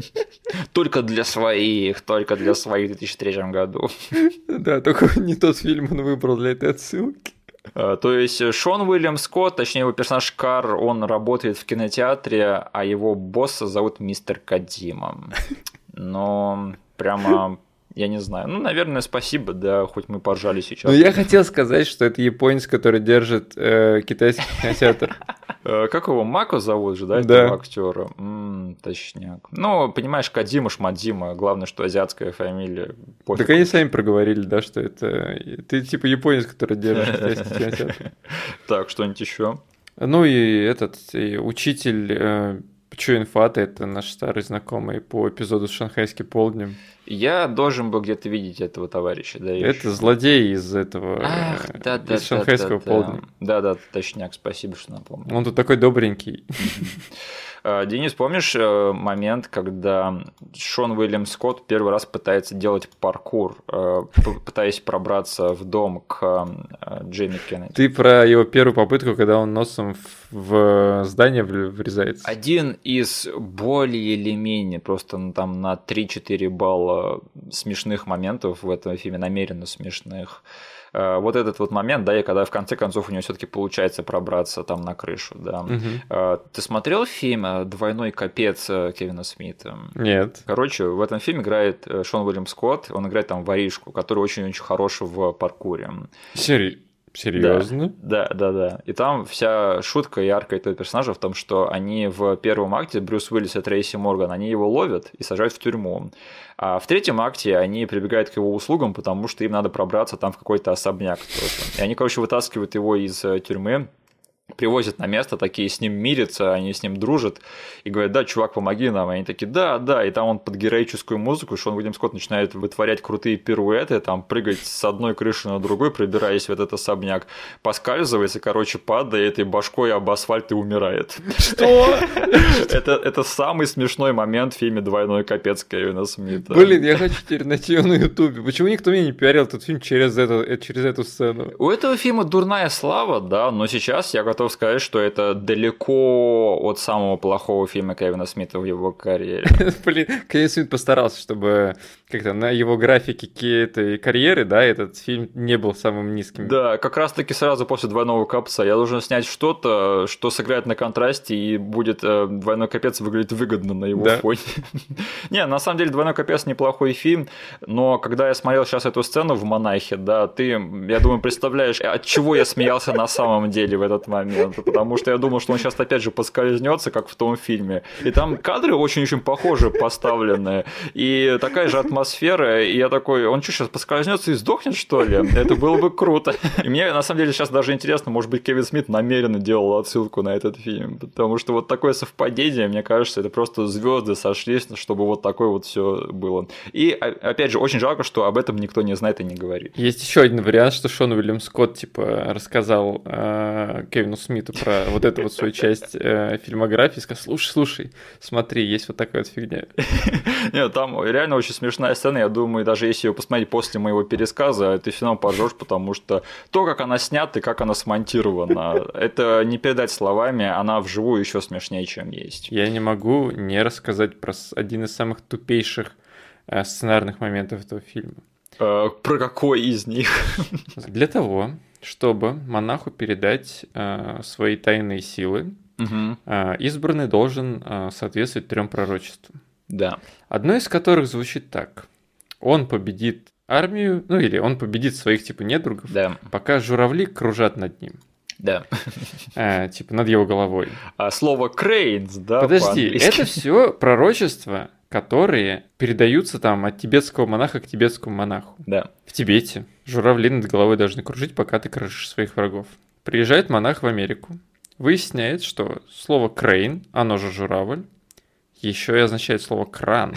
Только для своих, только для своих в две тысячи третьем году. Да, только не тот фильм он выбрал для этой отсылки. То есть Шон Уильям Скотт, точнее его персонаж Кар, он работает в кинотеатре, а его босса зовут мистер Кодзима. Но прямо, я не знаю, ну, наверное, спасибо, да, хоть мы поржали сейчас. Ну, я хотел сказать, что это японец, который держит э, китайский кинотеатр. Как его, Мако зовут же, да, да. этого актера? М-м, точняк. Ну, понимаешь, Кодзима, Шмадзима, главное, что азиатская фамилия. Пофиг. Так они сами проговорили, да, что это... Ты типа японец, который держит китайский кинотеатр. Так, что-нибудь еще? Ну и этот учитель... Чо Юн-фата, это наш старый знакомый по эпизоду с «Шанхайским полднем». Я должен был где-то видеть этого товарища, да. Это еще. Злодей из этого, Ах, да, да, из «Шанхайского да, полдня». Да-да, точняк, спасибо, что напомнил. Он тут такой добренький. Денис, помнишь момент, когда Шон Уильям Скотт первый раз пытается делать паркур, пытаясь пробраться в дом к Джейми Кеннеди? Ты про его первую попытку, когда он носом в здание врезается? Один из более или менее просто ну, там на три-четыре балла смешных моментов в этом фильме, намеренно смешных. Вот этот вот момент, да, и когда в конце концов у него все-таки получается пробраться там на крышу, да. Угу. Ты смотрел фильм «Двойной капец» Кевина Смита? Нет. Короче, в этом фильме играет Шон Уильям Скотт, он играет там воришку, который очень-очень хорош в паркуре. Серьезно? Серьезно? Да, да, да, да. И там вся шутка и арка этого персонажа в том, что они в первом акте, Брюс Уиллис и Трейси Морган, они его ловят и сажают в тюрьму. А в третьем акте они прибегают к его услугам, потому что им надо пробраться там в какой-то особняк тоже. И они, короче, вытаскивают его из тюрьмы, привозят на место, такие с ним мирятся, они с ним дружат и говорят: да, чувак, помоги нам. И они такие: да, да, и там он под героическую музыку, Шон Уильям Скотт начинает вытворять крутые пируэты, там прыгать с одной крыши на другую, пробираясь в этот особняк, поскальзывается, короче, падает и башкой об асфальт и умирает. Что? Это, это самый смешной момент в фильме «Двойной капец» Кевина Смита. Блин, я хочу теперь найти его на Ютубе. Почему никто мне не пиарил этот фильм через, это, через эту сцену? У этого фильма дурная слава, да, но сейчас я готов сказать, что это далеко от самого плохого фильма Кевина Смита в его карьере. Блин, Кевин Смит постарался, чтобы как-то на его графике этой карьеры, да, этот фильм не был самым низким. Да, как раз-таки сразу после «Двойного капца» я должен снять что-то, что сыграет на контрасте и будет э, «Двойной капец» выглядеть выгодно на его да. фоне. Не, на самом деле «Двойной капец» неплохой фильм, но когда я смотрел сейчас эту сцену в «Монахе», да, ты, я думаю, представляешь, от чего я смеялся на самом деле в этот момент, потому что я думал, что он сейчас опять же поскользнется, как в том фильме, и там кадры очень-очень похожи поставлены, и такая же атмосфера, и я такой: он что, сейчас поскользнется и сдохнет, что ли? Это было бы круто. И мне на самом деле сейчас даже интересно, может быть, Кевин Смит намеренно делал отсылку на этот фильм, потому что вот такое совпадение, мне кажется, это просто звезды сошлись, чтобы вот такое вот все было. И опять же, очень жалко, что об этом никто не знает и не говорит. Есть еще один вариант, что Шон Уильям Скотт типа рассказал э, Кевину Смиту про вот эту вот свою часть э, фильмографии, сказал: слушай, слушай, смотри, есть вот такая вот фигня. Нет, там реально очень смешная сцена, я думаю, даже если ее посмотреть после моего пересказа, ты все равно поржешь, потому что то, как она снята и как она смонтирована, это не передать словами, она вживую еще смешнее, чем есть. Я не могу не рассказать про один из самых тупейших э, сценарных моментов этого фильма. Э, про какой из них? Для того, чтобы монаху передать э, свои тайные силы, угу. э, избранный должен э, соответствовать трем пророчествам. Да. Одно из которых звучит так: он победит армию, ну или он победит своих типа недругов, да. пока журавли кружат над ним. Да. А, типа над его головой. А слово «крейнс», да? Подожди, это все пророчества, которые передаются там от тибетского монаха к тибетскому монаху. Да. В Тибете журавли над головой должны кружить, пока ты крушишь своих врагов. Приезжает монах в Америку, выясняет, что слово «крейн», оно же журавль, еще и означает слово «кран».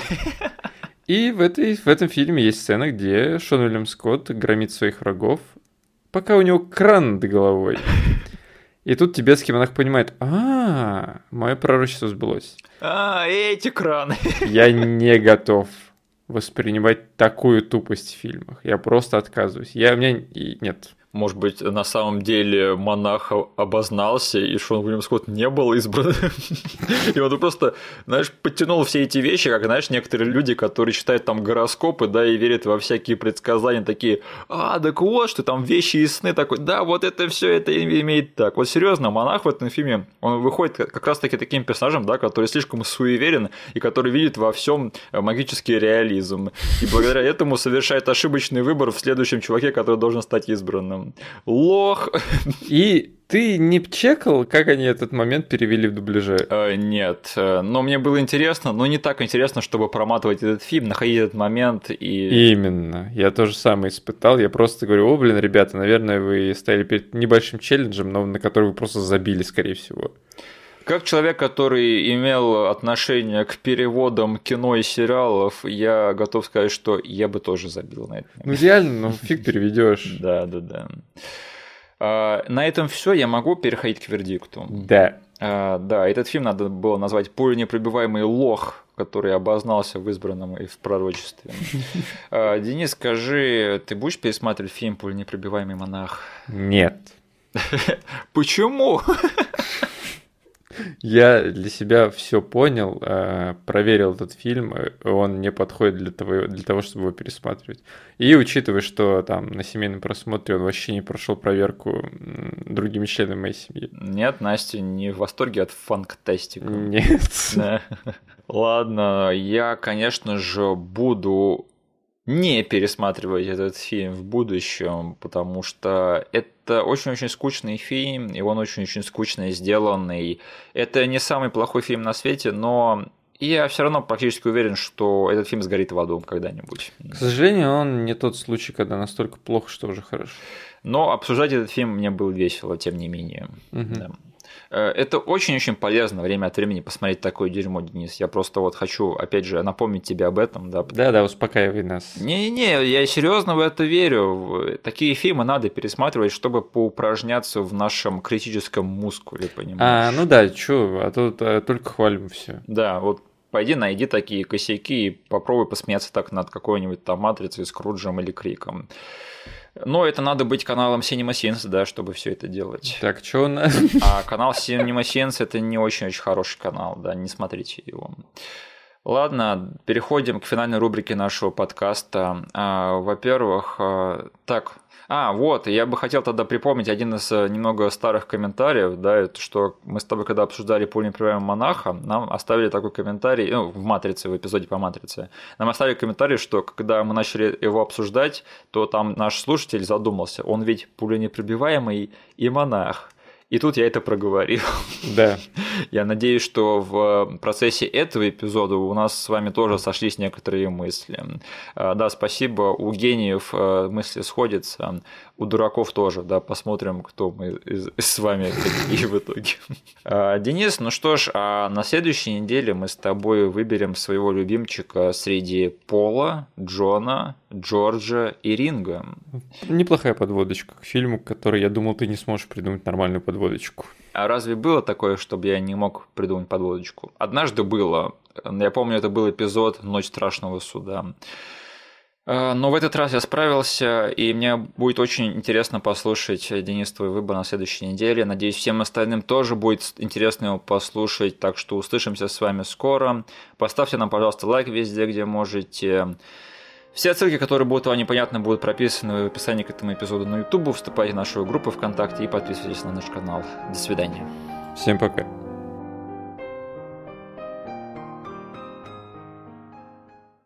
И в, этой, в этом фильме есть сцена, где Шон Уильям Скотт громит своих врагов, пока у него кран над головой. И тут тибетский монах понимает: а, мое пророчество сбылось. А, эти краны. Я не готов воспринимать такую тупость в фильмах. Я просто отказываюсь. Я, у меня нет. Может быть, на самом деле монах обознался, и Шон Уильям Скотт не был избран. И он просто, знаешь, подтянул все эти вещи, как, знаешь, некоторые люди, которые читают там гороскопы, да, и верят во всякие предсказания, такие: а, так вот, что там вещи и сны, такой: да, вот это все это имеет так. Вот серьезно, монах в этом фильме, он выходит как раз-таки таким персонажем, да, который слишком суеверен и который видит во всем магический реализм. И благодаря этому совершает ошибочный выбор в следующем чуваке, который должен стать избранным. Лох. И ты не чекал, как они этот момент перевели в дубляже? Э, нет, но мне было интересно, но не так интересно, чтобы проматывать этот фильм, находить этот момент и... Именно, я то же самое испытал, я просто говорю: о, блин, ребята, наверное, вы стояли перед небольшим челленджем, но на который вы просто забили, скорее всего. Как человек, который имел отношение к переводам кино и сериалов, я готов сказать, что я бы тоже забил на это. Ну реально, ну фиг переведешь. Да, да, да. А, на этом все. Я могу переходить к вердикту? Да. А, да, этот фильм надо было назвать «Пуленепробиваемый лох», который обознался в избранном и в пророчестве. А, Денис, скажи, ты будешь пересматривать фильм «Пуленепробиваемый монах»? Нет. Почему? Я для себя все понял, проверил этот фильм, он не подходит для того, для того, чтобы его пересматривать. И учитывая, что там на семейном просмотре он вообще не прошел проверку другими членами моей семьи. Нет, Настя не в восторге от фанктастика. Нет. Да. Ладно, я, конечно же, буду не пересматривать этот фильм в будущем, потому что это очень-очень скучный фильм, и он очень-очень скучно сделанный. Это не самый плохой фильм на свете, но я все равно практически уверен, что этот фильм сгорит в аду когда-нибудь. К сожалению, он не тот случай, когда настолько плохо, что уже хорошо. Но обсуждать этот фильм мне было весело, тем не менее. Угу. Да. Это очень-очень полезно время от времени посмотреть такое дерьмо, Денис. Я просто вот хочу, опять же, напомнить тебе об этом. Да, да, да, успокаивай нас. Не-не, я серьезно в это верю. Такие фильмы надо пересматривать, чтобы поупражняться в нашем критическом мускуле, понимаешь? А, ну да, чё, а тут а, только хвалим все. Да, вот пойди найди такие косяки и попробуй посмеяться так над какой-нибудь там «Матрицей», Скруджем или Криком. Но это надо быть каналом CinemaSins, да, чтобы все это делать. Так, что у нас? А канал CinemaSins – это не очень-очень хороший канал, да, не смотрите его. Ладно, переходим к финальной рубрике нашего подкаста. Во-первых, так, а, вот, я бы хотел тогда припомнить один из немного старых комментариев, да, это что мы с тобой, когда обсуждали «Пуленепробиваемого монаха», нам оставили такой комментарий, ну, в «Матрице», в эпизоде по «Матрице», нам оставили комментарий, что когда мы начали его обсуждать, то там наш слушатель задумался, он ведь пуленепробиваемый и монах. И тут я это проговорил. Да. Я надеюсь, что в процессе этого эпизода у нас с вами тоже сошлись некоторые мысли. Да, спасибо. У гениев мысли сходятся, у дураков тоже. Да, посмотрим, кто мы с вами такие в итоге. Денис, ну что ж, а на следующей неделе мы с тобой выберем своего любимчика среди Пола, Джона, Джорджа и Ринга. Неплохая подводочка к фильму, который, я думал, ты не сможешь придумать нормальную подводочку. А разве было такое, чтобы я не мог придумать подводочку? Однажды было. Я помню, это был эпизод «Ночь страшного суда». Но в этот раз я справился, и мне будет очень интересно послушать, Денис, твой выбор на следующей неделе. Надеюсь, всем остальным тоже будет интересно его послушать, так что услышимся с вами скоро. Поставьте нам, пожалуйста, лайк везде, где можете. Все ссылки, которые будут вам непонятны, будут прописаны в описании к этому эпизоду на YouTube. Вступайте в нашу группу ВКонтакте и подписывайтесь на наш канал. До свидания. Всем пока.